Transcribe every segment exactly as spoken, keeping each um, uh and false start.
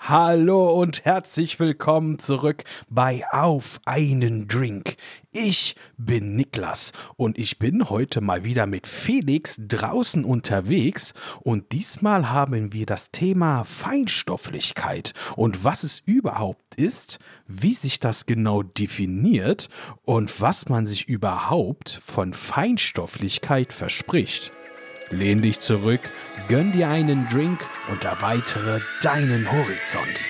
Hallo und herzlich willkommen zurück bei Auf einen Drink. Ich bin Niklas und ich bin heute mal wieder mit Felix draußen unterwegs und diesmal haben wir das Thema Feinstofflichkeit und was es überhaupt ist, wie sich das genau definiert und was man sich überhaupt von Feinstofflichkeit verspricht. Lehn dich zurück, gönn dir einen Drink und erweitere deinen Horizont.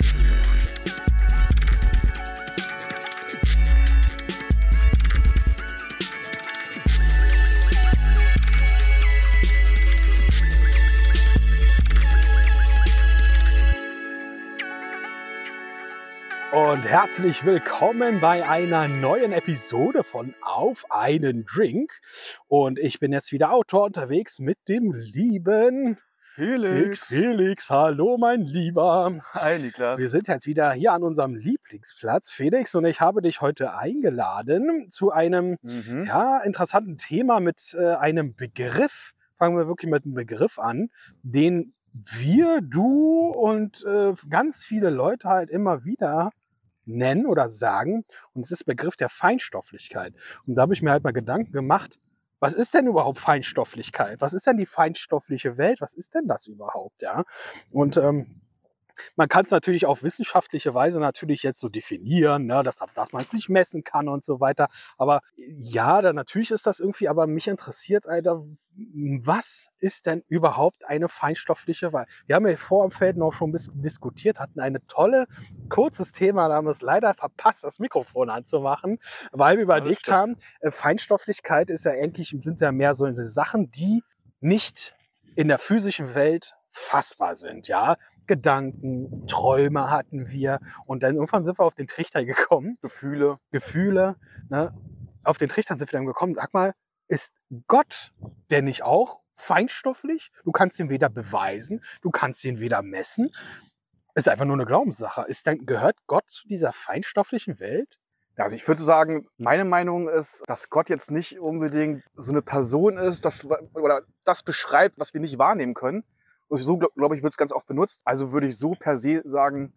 Und herzlich willkommen bei einer neuen Episode von Auf einen Drink. Und ich bin jetzt wieder Autor unterwegs mit dem lieben Felix. Felix. Hallo, mein Lieber. Hi, Niklas. Wir sind jetzt wieder hier an unserem Lieblingsplatz, Felix, und ich habe dich heute eingeladen zu einem Mhm. ja, interessanten Thema mit äh, einem Begriff. Fangen wir wirklich mit einem Begriff an, den wir, du und äh, ganz viele Leute halt immer wieder nennen oder sagen. Und es ist der Begriff der Feinstofflichkeit. Und da habe ich mir halt mal Gedanken gemacht, was ist denn überhaupt Feinstofflichkeit? Was ist denn die feinstoffliche Welt? Was ist denn das überhaupt? Ja? Und ähm, man kann es natürlich auf wissenschaftliche Weise natürlich jetzt so definieren, ne, dass, dass man es nicht messen kann und so weiter. Aber ja, dann natürlich ist das irgendwie, aber mich interessiert, Alter, was ist denn überhaupt eine feinstoffliche Welt? Wir haben ja vor im Feld noch schon ein bisschen diskutiert, hatten eine tolle, kurzes Thema, da haben wir es leider verpasst, das Mikrofon anzumachen, weil wir überlegt stimmt. haben, äh, Feinstofflichkeit ist ja eigentlich, sind ja mehr so Sachen, die nicht in der physischen Welt fassbar sind, ja. Gedanken, Träume hatten wir und dann irgendwann sind wir auf den Trichter gekommen. Gefühle. Gefühle, ne? Auf den Trichter sind wir dann gekommen. Sag mal, ist Gott denn nicht auch feinstofflich? Du kannst ihn weder beweisen, du kannst ihn weder messen. Ist einfach nur eine Glaubenssache. Ist dann, gehört Gott zu dieser feinstofflichen Welt? Also ich würde sagen, meine Meinung ist, dass Gott jetzt nicht unbedingt so eine Person ist, das, oder das beschreibt, was wir nicht wahrnehmen können. Und so, glaube glaub ich, wird es ganz oft benutzt. Also würde ich so per se sagen,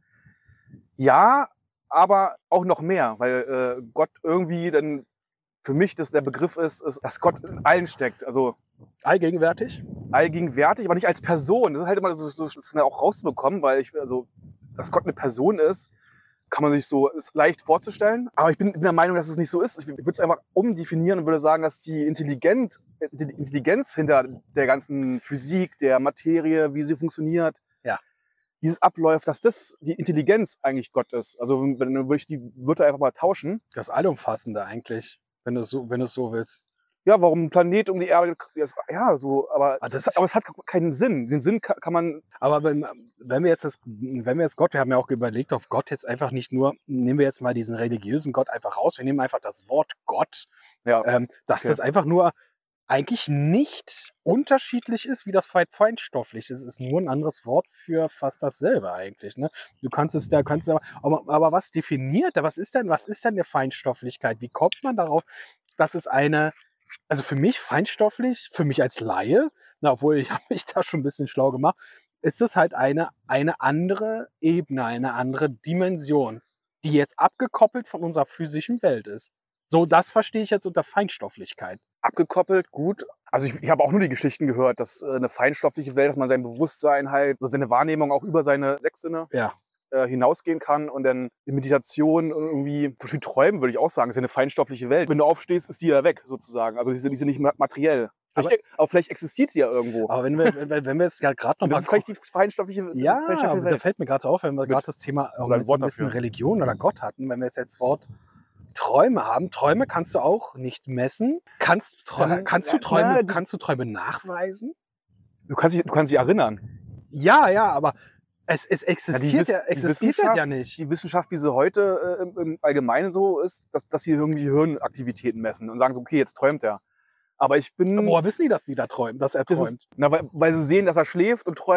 ja, aber auch noch mehr, weil äh, Gott irgendwie dann für mich das, der Begriff ist, ist, dass Gott in allen steckt. Also Allgegenwärtig? allgegenwärtig, aber nicht als Person. Das ist halt immer so, so das auch rauszubekommen, weil ich, also, dass Gott eine Person ist, kann man sich so, ist leicht vorzustellen. Aber ich bin, bin der Meinung, dass es nicht so ist. Ich würde es einfach umdefinieren und würde sagen, dass die Intelligenz, die Intelligenz hinter der ganzen Physik, der Materie, wie sie funktioniert, Ja. wie es abläuft, dass das die Intelligenz eigentlich Gott ist. Also wenn, dann würde ich die Wörter einfach mal tauschen. Das Allumfassende eigentlich, wenn du es so, wenn du es so willst. Ja, warum ein Planet um die Erde, ja, so, aber, Ah, es, das ist, aber es hat keinen Sinn. Den Sinn kann, kann man, Aber wenn, wenn wir jetzt das, wenn wir jetzt Gott, wir haben ja auch überlegt, ob Gott jetzt einfach nicht nur, nehmen wir jetzt mal diesen religiösen Gott einfach raus, wir nehmen einfach das Wort Gott, ja, ähm, dass okay. das einfach nur eigentlich nicht unterschiedlich ist wie das Fein- feinstofflich. Das ist nur ein anderes Wort für fast dasselbe eigentlich. Ne? Du kannst es da, kannst aber, aber, aber was definiert, was ist denn, was ist denn eine Feinstofflichkeit? Wie kommt man darauf, dass es eine, also für mich feinstofflich, für mich als Laie, na, obwohl ich habe mich da schon ein bisschen schlau gemacht, ist es halt eine, eine andere Ebene, eine andere Dimension, die jetzt abgekoppelt von unserer physischen Welt ist. So, das verstehe ich jetzt unter Feinstofflichkeit. Abgekoppelt, gut. Also ich, ich habe auch nur die Geschichten gehört, dass äh, eine feinstoffliche Welt, dass man sein Bewusstsein halt, also seine Wahrnehmung auch über seine Sechssinne Ja. äh, hinausgehen kann und dann in Meditation irgendwie, zum Beispiel Träumen würde ich auch sagen, ist ja eine feinstoffliche Welt. Wenn du aufstehst, ist die ja weg sozusagen. Also die sind, die sind nicht materiell. Aber- Vielleicht, aber vielleicht existiert sie ja irgendwo. Aber wenn wir, wenn, wenn wir jetzt gerade noch Und mal das ist vielleicht die feinstoffliche, Ja, feinstoffliche aber da Welt. fällt mir gerade so auf, wenn wir Mit- gerade das Thema auch oder ein mit so ein Wort bisschen dafür. Religion oder Gott hatten, wenn wir jetzt das Wort Träume haben. Träume kannst du auch nicht messen. Kannst, Trä Ja, kannst, ja, du Träume, ja, du- kannst du Träume nachweisen? Du kannst dich, du kannst dich erinnern. Ja, ja, aber es, es Ja, die existiert ja, Wiss- die existiert Wissenschaft- ja nicht. Die Wissenschaft, wie sie heute äh, im, im Allgemeinen so ist, dass, dass sie irgendwie Hirnaktivitäten messen und sagen so, okay, jetzt träumt er. Aber ich bin... Woher wissen die, dass die da träumen, dass er das träumt? ist, na, weil, weil sie sehen, dass er schläft und träumt. An-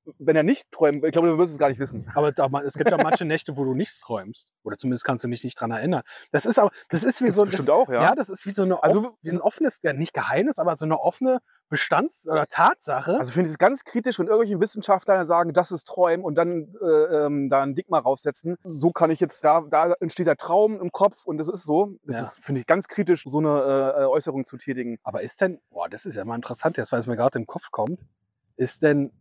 wenn er nicht träumt, ich glaube, du wirst es gar nicht wissen. Aber da, es gibt ja manche Nächte, wo du nichts träumst. Oder zumindest kannst du dich nicht dran erinnern. Das ist aber, das ist wie Das so. bestimmt das, auch, ja. Ja, das ist wie so eine, Also, off, wie ein offenes, ja, nicht Geheimnis, aber so eine offene Bestands- oder Tatsache. Also finde ich es ganz kritisch, wenn irgendwelche Wissenschaftler sagen, das ist Träumen und dann äh, ähm, da ein Dick mal raufsetzen. So kann ich jetzt, da, da entsteht der Traum im Kopf und das ist so. Das Ja. ist, finde ich, ganz kritisch, so eine äh, Äußerung zu tätigen. Aber ist denn, boah, das ist ja mal interessant, jetzt, weil es mir gerade im Kopf kommt, ist denn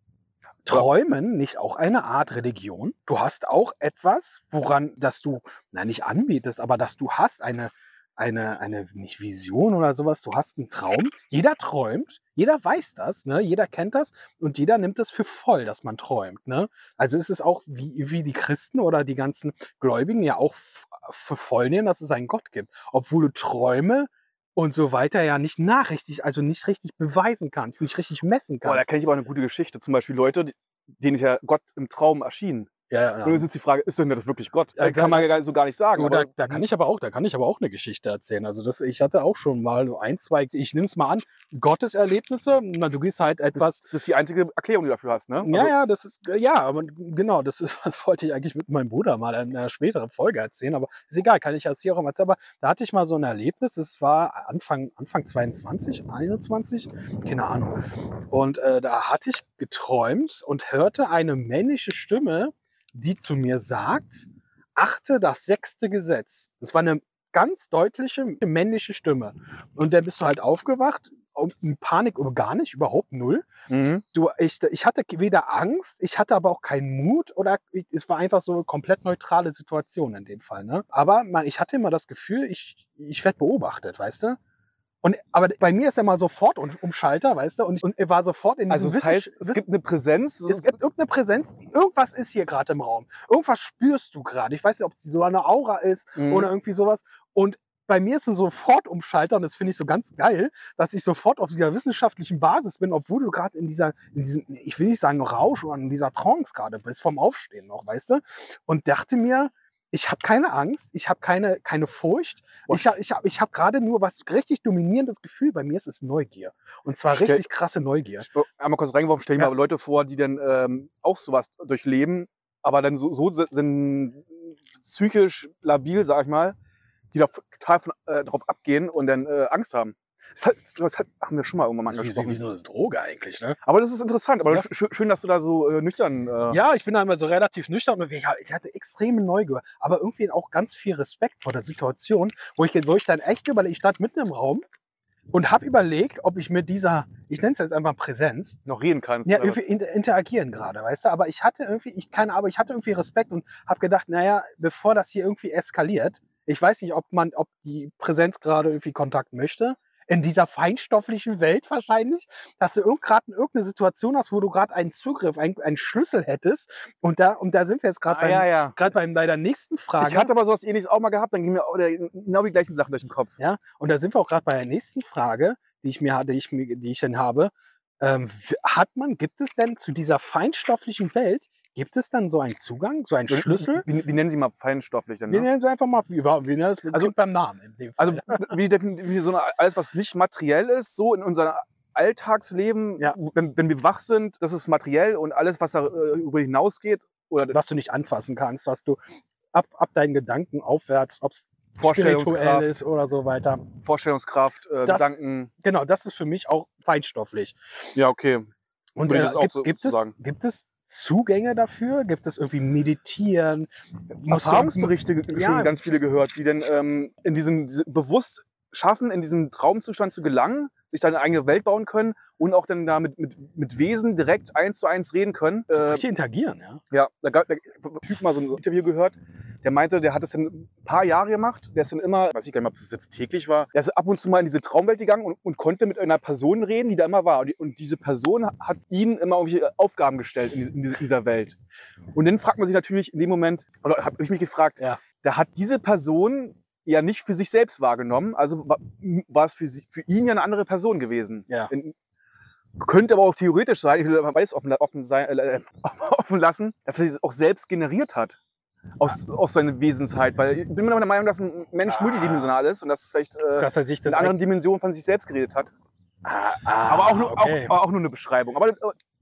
Träumen nicht auch eine Art Religion? Du hast auch etwas, woran, dass du, na nicht anbietest, aber dass du hast eine, eine, eine, nicht Vision oder sowas, du hast einen Traum. Jeder träumt, jeder weiß das, ne? Jeder kennt das und jeder nimmt es für voll, dass man träumt. Ne? Also ist es auch wie, wie die Christen oder die ganzen Gläubigen ja auch f- für voll nehmen, dass es einen Gott gibt. Obwohl du Träume und so weiter ja nicht nachrichtig, also nicht richtig beweisen kannst, nicht richtig messen Boah, da kannst. kenne ich aber eine gute Geschichte. Zum Beispiel Leute, die- denen ist ja Gott im Traum erschien. Ja, ja, Und jetzt ist die Frage, ist denn das wirklich Gott? Ja, Äh, kann man ja so gar nicht sagen. Du, da, Aber da kann ich aber auch, da kann ich aber auch eine Geschichte erzählen. Also das, ich hatte auch schon mal so ein, zwei, ich nehme es mal an, Gotteserlebnisse. Na, du gehst halt das, etwas. das ist die einzige Erklärung, die du dafür hast, ne? Ja, Also, ja, das ist, ja, aber genau, das ist, das wollte ich eigentlich mit meinem Bruder mal in einer späteren Folge erzählen, aber ist egal, kann ich jetzt hier auch mal erzählen. Aber da hatte ich mal so ein Erlebnis, das war Anfang, Anfang zweiundzwanzig, einundzwanzig, keine Ahnung. Und äh, da hatte ich geträumt und hörte eine männliche Stimme, die zu mir sagt, achte das sechste Gesetz. Das war eine ganz deutliche männliche Stimme. Und dann bist du halt aufgewacht, und Panik gar nicht, überhaupt null. mhm. Du, ich, ich hatte weder Angst, ich hatte aber auch keinen Mut oder ich, es war einfach so eine komplett neutrale Situation in dem Fall. Ne? Aber man, ich hatte immer das Gefühl, ich, ich werde beobachtet, weißt du? Und, aber bei mir ist er mal sofort um, Umschalter, weißt du? Und, ich, und er war sofort in Also diesem das heißt, Wissen- es gibt eine Präsenz. es gibt irgendeine Präsenz, irgendwas ist hier gerade im Raum. Irgendwas spürst du gerade. Ich weiß nicht, ob es so eine Aura ist Mhm. oder irgendwie sowas. Und bei mir ist es sofort Umschalter und das finde ich so ganz geil, dass ich sofort auf dieser wissenschaftlichen Basis bin, obwohl du gerade in dieser, in diesem, ich will nicht sagen Rausch oder in dieser Trance gerade bist, vom Aufstehen noch, weißt du? Und dachte mir, ich habe keine Angst, ich habe keine, keine Furcht. Boah, Ich habe ich hab, ich hab gerade nur was richtig dominierendes Gefühl. Bei mir ist es Neugier. Und zwar Stell- richtig krasse Neugier. Ich will einmal kurz reingeworfen, stell dir Ja. mal Leute vor, die dann ähm, auch sowas durchleben, aber dann so, so si- sind psychisch labil, sag ich mal, die da f- total von, äh, drauf abgehen und dann äh, Angst haben. Das, hat, das hat, haben wir schon mal irgendwann mal Das ist wie, angesprochen. wie so eine Droge eigentlich, ne? Aber das ist interessant. Aber Ja. sch schön, dass du da so äh, nüchtern. Äh, Ja, ich bin da immer so relativ nüchtern und ich ich hatte extreme Neugier, aber irgendwie auch ganz viel Respekt vor der Situation, wo ich, wo ich dann echt überlegt, ich stand mitten im Raum und habe überlegt, ob ich mit dieser, ich nenne es jetzt einfach Präsenz, noch reden kannst. ja, oder was? irgendwie inter interagieren gerade, weißt du, aber ich hatte irgendwie, ich keine, aber ich hatte irgendwie Respekt und habe gedacht, naja, bevor das hier irgendwie eskaliert, ich weiß nicht, ob man, ob die Präsenz gerade irgendwie Kontakt möchte, in dieser feinstofflichen Welt wahrscheinlich, dass du gerade irgendeine Situation hast, wo du gerade einen Zugriff, einen, einen Schlüssel hättest und da, und da sind wir jetzt gerade Ah, beim, ja, ja. gerade beim, bei der nächsten Frage. Ich hatte aber sowas ähnliches auch mal gehabt, dann gingen mir auch der- genau die gleichen Sachen durch den Kopf. Ja, und da sind wir auch gerade bei der nächsten Frage, die ich mir hatte, die ich, mir- die ich dann habe. Ähm, w- hat man, gibt es denn zu dieser feinstofflichen Welt, gibt es dann so einen Zugang, so einen Schlüssel? Wie, wie nennen Sie mal feinstofflich denn? Wir Ne? nennen es einfach mal, wie, wir nennen das Also- also, beim Namen. In dem Also Fall. wie definieren wir so eine, alles, was nicht materiell ist, so in unserem Alltagsleben, Ja. wenn, wenn wir wach sind, das ist materiell und alles, was darüber hinausgeht, oder Was du nicht anfassen kannst, was du ab, ab deinen Gedanken aufwärts, ob es spirituell Vorstellungskraft, ist oder so weiter. Vorstellungskraft äh, Das- Gedanken. Genau, das ist für mich auch feinstofflich. Ja, okay. Und Würde ich äh, das auch gibt, so- gibt, so es, sagen. gibt es Zugänge dafür? Gibt es irgendwie Meditieren? Musst du- Erfahrungsberichte ge- Ja. schon ganz viele gehört, die dann ähm, in diesen diese bewusst schaffen, in diesen Traumzustand zu gelangen, sich dann eine eigene Welt bauen können und auch dann da mit, mit, mit Wesen direkt eins zu eins reden können. so Äh, richtig interagieren, ja. Ja, da gab der Typ mal so ein Interview gehört, der meinte, der hat es dann ein paar Jahre gemacht, der ist dann immer, weiß ich gar nicht, ob das jetzt täglich war, der ist ab und zu mal in diese Traumwelt gegangen und, und konnte mit einer Person reden, die da immer war. Und, die, und diese Person hat ihm immer irgendwelche Aufgaben gestellt in, diese, in diese- dieser Welt. Und dann fragt man sich natürlich in dem Moment, oder habe ich mich gefragt, Ja. da hat diese Person ja nicht für sich selbst wahrgenommen, also war, war es für, sie, für ihn ja eine andere Person gewesen. Ja. In, könnte aber auch theoretisch sein, ich will aber beides offen, offen, sein, äh, offen lassen, dass er es auch selbst generiert hat. Aus, aus seiner Wesensheit. Weil ich bin mir der Meinung, dass ein Mensch Ah. multidimensional ist und dass vielleicht äh, Dass er sich das in anderen Dimensionen von sich selbst geredet hat. Ah, ah, aber auch nur, okay. auch, auch nur eine Beschreibung. Aber äh,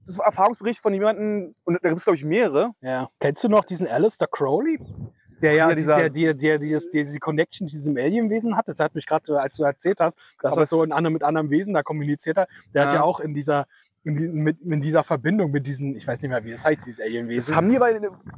das war ein Erfahrungsbericht von jemandem, und da gibt es, glaube ich, mehrere. Ja. Kennst du noch diesen Alistair Crowley? Der ja, Ja, dieser- der, der, der, dieses, der diese Connection zu diesem Alienwesen hat. Das hat mich gerade, als du erzählt hast, dass Aber das so es- in anderen, mit anderen Wesen da kommuniziert hat. Der hat Ja. ja auch in dieser, in, die, mit, in dieser Verbindung mit diesen, ich weiß nicht mehr, wie das heißt, dieses Das Alienwesen. haben die bei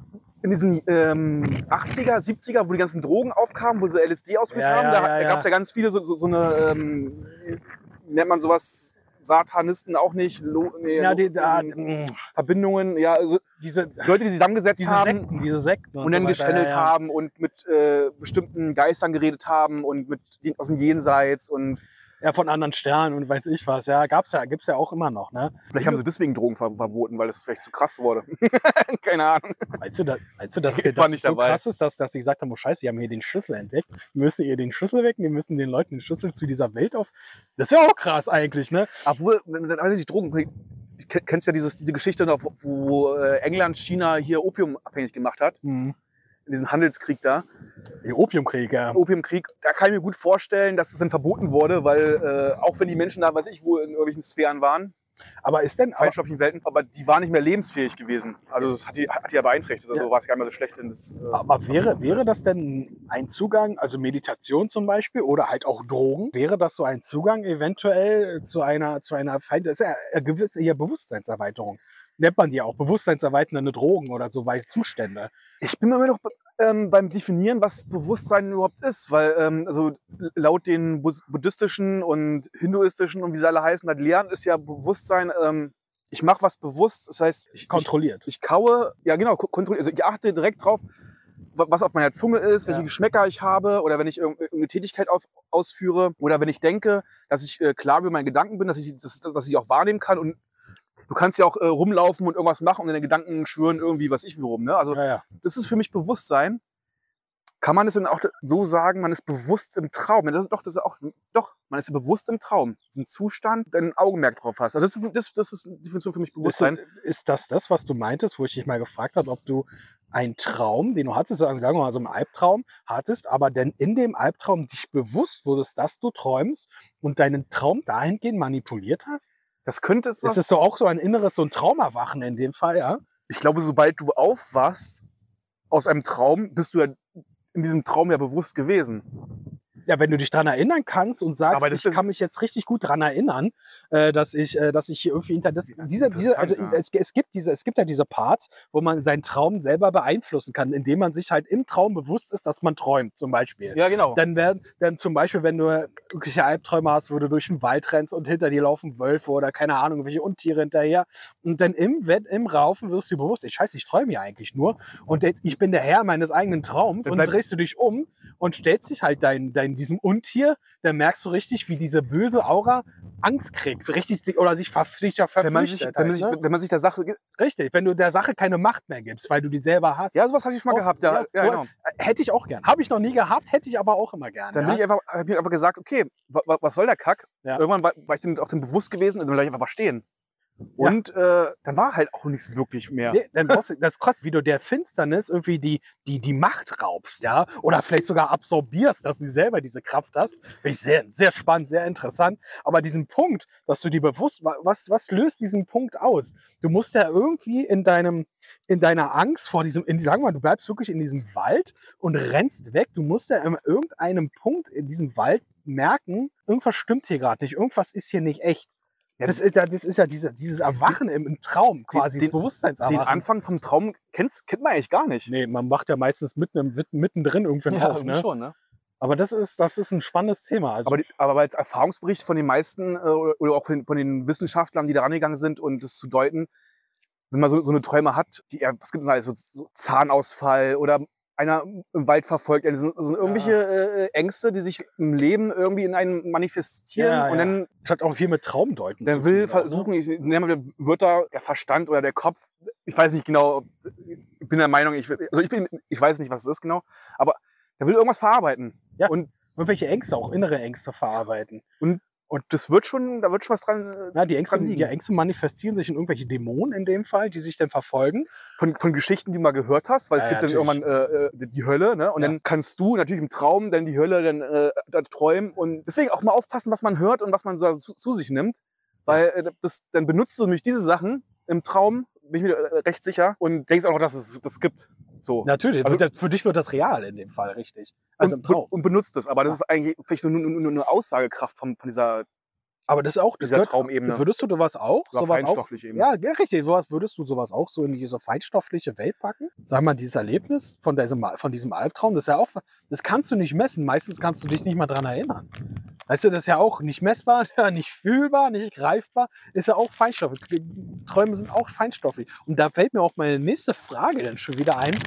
in diesen ähm, achtziger, siebziger, wo die ganzen Drogen aufkamen, wo sie L S D ausprobiert Ja, haben, ja, da, ja, da ja. gab es ja ganz viele so, so, so eine, ähm, wie nennt man sowas, Satanisten auch nicht, Lo, nee, ja, Lo, die, da, ähm, mh, Verbindungen, ja, also diese, Leute, die sich zusammengesetzt diese haben Sekten, diese Sekten und dann so weiter, geschändelt ja, ja. haben und mit äh, bestimmten Geistern geredet haben und mit den aus dem Jenseits und Ja, von anderen Sternen und weiß ich was. Ja, gab's ja, gibt's ja auch immer noch, ne? vielleicht haben sie deswegen Drogen ver verboten, weil es vielleicht zu krass wurde. Keine Ahnung. Weißt du, da, weißt du dass, Ich dass war es nicht so dabei. krass ist, dass, dass sie gesagt haben, oh Scheiße, die haben hier den Schlüssel entdeckt. Wir müssen ihr den Schlüssel wecken, wir müssen den Leuten den Schlüssel zu dieser Welt auf... Das ist ja auch krass eigentlich, ne? Obwohl, wenn- dann weiß ich nicht, Drogen. Ich kenn- kennst ja dieses, diese Geschichte noch, wo- wo äh, England China hier Opium abhängig gemacht hat, Hm. in diesem Handelskrieg da. Der Opiumkrieg, ja. Opiumkrieg, da kann ich mir gut vorstellen, dass es dann verboten wurde, weil äh, auch wenn die Menschen da, weiß ich, wo in irgendwelchen Sphären waren, Aber ist denn... Aber, feinstofflichen Welten, aber die waren nicht mehr lebensfähig gewesen. Also das hat die, hat die ja beeinträchtigt. Also Ja. war es gar nicht mehr so schlecht. In das, äh, aber wäre, wäre das denn ein Zugang, also Meditation zum Beispiel oder halt auch Drogen, wäre das so ein Zugang eventuell zu einer, zu einer Feind... Das ist ja eine gewisse eher Bewusstseinserweiterung. Nennt man die ja auch bewusstseinserweiternde Drogen oder so weiche Zustände. Ich bin mir immer noch ähm, beim Definieren, was Bewusstsein überhaupt ist, weil ähm, also laut den Bus- buddhistischen und hinduistischen und wie sie alle heißen, das Lehren ist ja Bewusstsein, ähm, ich mache was bewusst, das heißt, ich, ich, Kontrolliert. ich kaue, ja genau, ko- kontrolliere, also ich achte direkt drauf, wa- was auf meiner Zunge ist, welche Ja. Geschmäcker ich habe oder wenn ich irg- irgendeine Tätigkeit auf, ausführe oder wenn ich denke, dass ich äh, klar über meine Gedanken bin, dass ich, das, dass ich auch wahrnehmen kann und du kannst ja auch äh, rumlaufen und irgendwas machen und deine Gedanken schwören irgendwie, was ich wie rum. Ne? Also ja, ja. das ist für mich Bewusstsein. Kann man es denn auch so sagen, man ist bewusst im Traum? Ja, das, doch, das ist auch, doch, man ist bewusst im Traum. Das ist ein Zustand, wo du ein Augenmerk drauf hast. Also das, ist- das, das ist die Definition für mich Ist, Bewusstsein. ist das das, was du meintest, wo ich dich mal gefragt habe, ob du einen Traum, den du hattest, sagen sagen wir mal so einen Albtraum hattest, aber denn in dem Albtraum dich bewusst wurdest, dass du träumst und deinen Traum dahingehend manipuliert hast? Das könnte es was. Ist es so auch so ein inneres, so ein Traumerwachen in dem Fall, ja? Ich glaube, sobald du aufwachst aus einem Traum, bist du ja in diesem Traum ja bewusst gewesen. Ja, wenn du dich daran erinnern kannst und sagst, Aber das ich ist- kann mich jetzt richtig gut daran erinnern, äh, dass ich, äh, dass ich hier irgendwie hinter das, diese, diese, also interessant, ja. es, es gibt diese, es gibt ja diese Parts, wo man seinen Traum selber beeinflussen kann, indem man sich halt im Traum bewusst ist, dass man träumt, zum Beispiel. Ja, genau. Dann werden, dann zum Beispiel, wenn du irgendwelche Albträume hast, wo du durch den Wald rennst und hinter dir laufen Wölfe oder keine Ahnung, welche Untiere hinterher. Und dann im, Wett- im Raufen wirst du dir bewusst, ey, scheiße, ich träume ja eigentlich nur. Und jetzt, ich bin der Herr meines eigenen Traums. Dann Und bleib- drehst du dich um und stellst dich halt dein, dein, diesem Untier, dann merkst du richtig, wie diese böse Aura Angst kriegt. So richtig, oder sich, ver, sich ja wenn, man sich, verflüchtet. wenn, man sich, halt, ne? wenn man sich der Sache. Richtig, wenn du der Sache keine Macht mehr gibst, weil du die selber hast. Ja, sowas hatte ich schon mal Aus- gehabt. Ja, ja, ja, du- genau. Äh, Hätte ich auch gern. Habe ich noch nie gehabt, hätte ich aber auch immer gern. Dann ja? bin ich einfach, hab ich einfach gesagt, okay, wa, wa, was soll der Kack? Ja. Irgendwann war, war ich dann auch dann bewusst gewesen und dann bleib ich einfach mal stehen. Und äh, dann war halt auch nichts wirklich mehr. Nee, dann brauchst du, das ist krass, wie du der Finsternis irgendwie die, die, die Macht raubst, ja, oder vielleicht sogar absorbierst, dass du selber diese Kraft hast. Finde ich sehr, sehr spannend, sehr interessant. Aber diesen Punkt, dass du dir bewusst, wa- was, was löst diesen Punkt aus? Du musst ja irgendwie in deinem, in deiner Angst vor diesem, in, sagen wir mal, du bleibst wirklich in diesem Wald und rennst weg. Du musst ja in irgendeinem Punkt in diesem Wald merken, irgendwas stimmt hier gerade nicht, irgendwas ist hier nicht echt. Ja, Das ist ja, das ist ja diese, dieses Erwachen im, im Traum quasi, den- das Bewusstseinserwachen. Den Anfang vom Traum kennst, kennt man eigentlich gar nicht. Nee, man macht ja meistens mitten, im- mitten- mittendrin irgendwann auf. irgendwie Ne? schon, ne? Aber das ist, das ist ein spannendes Thema. Also, Aber, die, aber als Erfahrungsbericht von den meisten äh, oder auch von, von den Wissenschaftlern, die da rangegangen sind und das zu deuten, wenn man so, so eine Träume hat, die, eher- was gibt es da, so, so Zahnausfall oder einer im Wald verfolgt, ja, das sind, das sind irgendwelche äh, Ängste, die sich im Leben irgendwie in einem manifestieren Ja, und ja. dann das hat auch hier mit Traumdeuten der zu will tun, auch, ne? versuchen, ich nenne mal Wörter, der Verstand oder der Kopf, ich weiß nicht genau, ich bin der Meinung, ich, will- also ich, bin, ich weiß nicht, was es ist genau, aber der will irgendwas verarbeiten. Ja. Und, Irgendwelche Ängste, auch innere Ängste verarbeiten. und das wird schon, da wird schon was dran, äh, Ja, die, Ängste, dran liegen. die Ängste manifestieren sich in irgendwelche Dämonen in dem Fall, die sich dann verfolgen. Von, von Geschichten, die du mal gehört hast, weil es Ja, gibt dann natürlich. irgendwann äh, äh, die Hölle, ne? Und Ja. dann kannst du natürlich im Traum dann die Hölle dann äh, da träumen und deswegen auch mal aufpassen, was man hört und was man so zu, zu sich nimmt, weil äh, das, dann benutzt du nämlich diese Sachen, im Traum, bin ich mir äh, recht sicher. Und denkst auch noch, dass es das gibt. So. Natürlich, Also- wird das, für dich wird das real in dem Fall, richtig. Also im und, Traum. und benutzt es. Aber das Ja. ist eigentlich vielleicht nur, nur, nur eine Aussagekraft von, von dieser, Aber das ist auch, das dieser gehört, Traumebene. würdest du sowas auch? Oder Sowas auch? feinstoffliche Ebene. Ja, ja, richtig. Sowas, würdest du sowas auch so in diese feinstoffliche Welt packen? Sag mal, dieses Erlebnis von diesem, von diesem Albtraum, das ist ja auch, das kannst du nicht messen. Meistens kannst du dich nicht mal dran erinnern. Weißt du, das ist ja auch nicht messbar, nicht fühlbar, nicht greifbar, ist ja auch feinstofflich. Träume sind auch feinstofflich. Und da fällt mir auch meine nächste Frage dann schon wieder ein.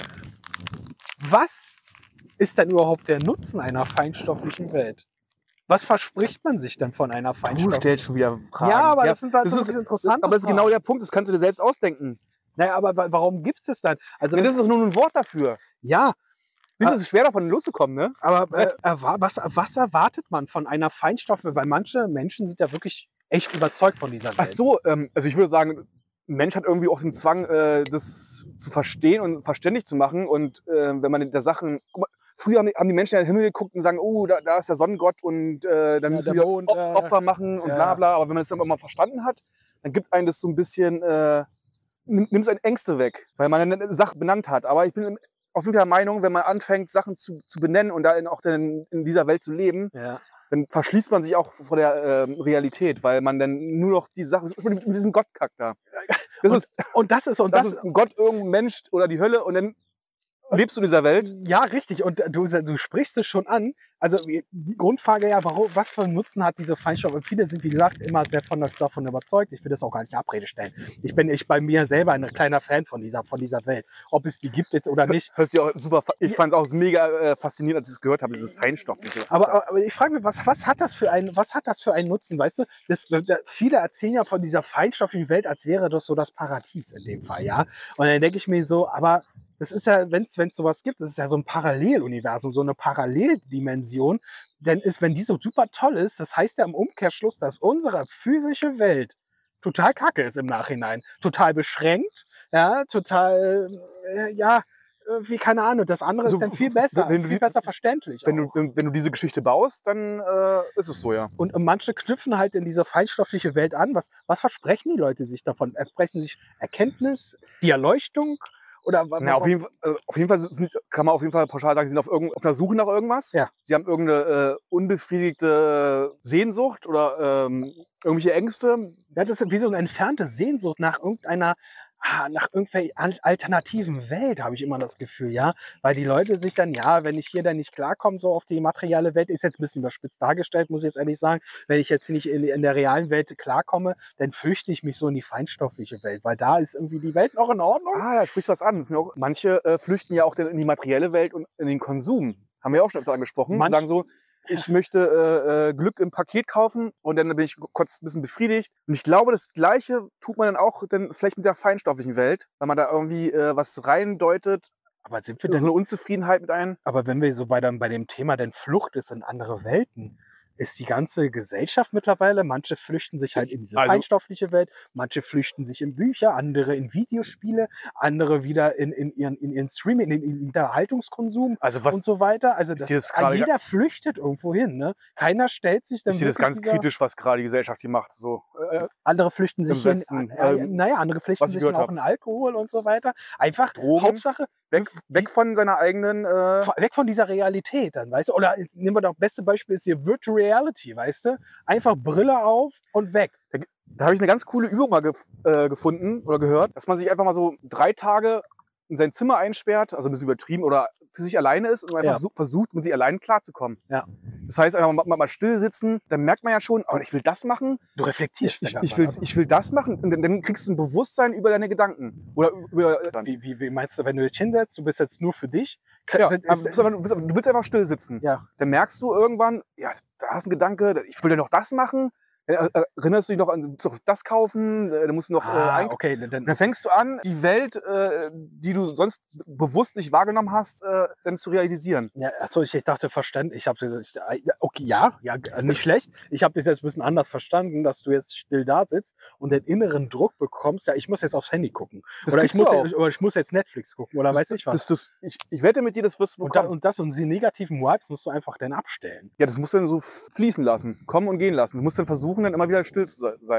Was ist denn überhaupt der Nutzen einer feinstofflichen Welt? Was verspricht man sich denn von einer Du feinstofflichen stellst schon wieder Fragen. Ja, aber das sind halt das so ist interessante Aber das ist genau Fragen. der Punkt, das kannst du dir selbst ausdenken. Naja, aber wa- warum gibt es das dann? Also, Ja, das ist doch nur ein Wort dafür. ja, Das Ah. ist schwer davon loszukommen, ne? aber äh, erwa- was, was erwartet man von einer Feinstoffe? Weil manche Menschen sind ja wirklich echt überzeugt von dieser Welt. Ach so, ähm, also ich würde sagen, ein Mensch hat irgendwie auch den Zwang, äh, das zu verstehen und verständlich zu machen. Und äh, wenn man in der Sachen. Guck mal, früher haben die, haben die Menschen in den Himmel geguckt und sagen, oh, da, da ist der Sonnengott und äh, dann Ja, müssen der wir Mond, Op- äh, Opfer machen und ja. bla bla. Aber wenn man das dann mal verstanden hat, dann gibt einem das so ein bisschen, äh, nimmt es einen Ängste weg, weil man eine Sache benannt hat. Aber ich bin auf jeden Fall der Meinung, wenn man anfängt, Sachen zu, zu benennen und da in, auch dann in dieser Welt zu leben, Ja. dann verschließt man sich auch vor der ähm, Realität, weil man dann nur noch die Sache, mit mit diesem Gottkack da. Das, Und- ist, Und das ist, und das das, ist ein Gott, irgendein Mensch oder die Hölle und dann lebst du in dieser Welt. ja, richtig. Und du, du sprichst es schon an. Also die Grundfrage ja, warum, was für einen Nutzen hat diese Feinstoffe? Und viele sind, wie gesagt, immer sehr von, davon überzeugt. Ich will das auch gar nicht in Abrede stellen. Ich bin ich bei mir selber ein kleiner Fan von dieser, von dieser Welt. Ob es die gibt jetzt oder nicht. Hörst du auch super, ich fand es auch mega äh, faszinierend, als ich es gehört habe, dieses Feinstoffliche. Was ist Aber, das? aber ich frage mich, was, was, hat das für ein, was hat das für einen Nutzen? Weißt du, das, da, viele erzählen ja von dieser feinstofflichen Welt, als wäre das so das Paradies in dem Fall, ja. Und dann denke ich mir so, aber das ist ja, wenn es sowas gibt, das ist ja so ein Paralleluniversum, so eine Paralleldimension. Denn ist, wenn die so super toll ist, das heißt ja im Umkehrschluss, dass unsere physische Welt total kacke ist im Nachhinein. Total beschränkt, ja, total, äh, ja, wie keine Ahnung. Das andere Also, ist dann viel f- besser, wenn du viel die- besser verständlich. Wenn du, auch. wenn, wenn du diese Geschichte baust, dann äh, ist es so, ja. Und manche knüpfen halt in diese feinstoffliche Welt an. Was, was versprechen die Leute sich davon? Versprechen sich Erkenntnis, die Erleuchtung? Oder wa- Na, auf, jeden, Fall- äh, auf jeden Fall sind, kann man auf jeden Fall pauschal sagen, sie sind auf, irgend, auf einer Suche nach irgendwas. Ja. Sie haben irgendeine äh, unbefriedigte Sehnsucht oder ähm, irgendwelche Ängste. Ja, das ist wie so eine entfernte Sehnsucht nach irgendeiner, ah, nach irgendwelcher al- alternativen Welt, habe ich immer das Gefühl, ja. Weil die Leute sich dann, ja, wenn ich hier dann nicht klarkomme, so auf die materielle Welt, ist jetzt ein bisschen überspitzt dargestellt, muss ich jetzt ehrlich sagen. Wenn ich jetzt nicht in, in der realen Welt klarkomme, dann flüchte ich mich so in die feinstoffliche Welt, weil da ist irgendwie die Welt noch in Ordnung. Ah, da sprichst du was an. Das ist mir auch, manche äh, flüchten ja auch dann in die materielle Welt und in den Konsum. Haben wir auch schon öfter angesprochen. Manch- sagen so, ich möchte äh, äh, Glück im Paket kaufen und dann bin ich kurz ein bisschen befriedigt. Und ich glaube, das Gleiche tut man dann auch dann vielleicht mit der feinstofflichen Welt, weil man da irgendwie äh, was reindeutet, Aber sind wir so denn eine Unzufriedenheit mit einem. Aber wenn wir so bei, dem, bei dem Thema denn Flucht ist in andere Welten, ist die ganze Gesellschaft mittlerweile, manche flüchten sich halt in diese Also- feinstoffliche Welt, manche flüchten sich in Bücher, andere in Videospiele, andere wieder in, in, ihren, in ihren Streaming, in den Unterhaltungskonsum Also was und so weiter. Also ist das, dir das gerade- jeder flüchtet irgendwo hin. Ne? Keiner stellt sich dann ich sehe das wirklich ganz dieser, kritisch, was gerade die Gesellschaft hier macht. So, äh, Andere flüchten sich Im hier Westen, in, äh, ähm, naja, andere flüchten was ich sich dann gehört auch in Alkohol und so weiter. Einfach Drogen. Hauptsache, weg, weg von seiner eigenen. Äh, weg von dieser Realität dann, weißt du? Oder jetzt nehmen wir doch, beste Beispiel ist hier Virtual Reality, weißt du? Einfach Brille auf und weg. Da habe ich eine ganz coole Übung mal gef äh, gefunden oder gehört, dass man sich einfach mal so drei Tage in sein Zimmer einsperrt, also ein bisschen übertrieben, oder für sich alleine ist und einfach Ja. so, versucht, mit sich allein klarzukommen. Ja. Das heißt, einfach mal, mal, mal still sitzen, dann merkt man ja schon, oh, ich will das machen, Du reflektierst ich, ich, dann ich, ganz will, anders. ich will das machen und dann, dann kriegst du ein Bewusstsein über deine Gedanken. Oder über. Äh, Wie, wie, wie meinst du, wenn du dich hinsetzt, du bist jetzt nur für dich? ja, Sind- aber ist- du, bist aber, du, bist, du willst einfach still sitzen. Ja. Dann merkst du irgendwann, ja, da hast du einen Gedanke, ich will ja noch das machen. Dann äh, erinnerst du dich noch an, du musst noch das kaufen, äh, dann musst du noch äh, Ah, einkaufen. okay, dann, Und dann, dann fängst du an, die Welt, äh, die du sonst bewusst nicht wahrgenommen hast, äh, dann zu realisieren. ja, achso, ich, ich dachte verstanden. Ich habe okay, ja, ja, nicht schlecht. Ich habe das jetzt ein bisschen anders verstanden, dass du jetzt still da sitzt und den inneren Druck bekommst. Ja, ich muss jetzt aufs Handy gucken. Das Oder ich, kriegst muss, du jetzt- oder ich muss jetzt Netflix gucken oder Das- weiß ich was. Das, das, ich, ich wette mit dir, das wirst du und, da, bekommen. und das und die negativen Vibes musst du einfach dann abstellen. Ja, das musst du dann so fließen lassen, kommen und gehen lassen. Du musst dann versuchen, dann immer wieder still zu se- sein.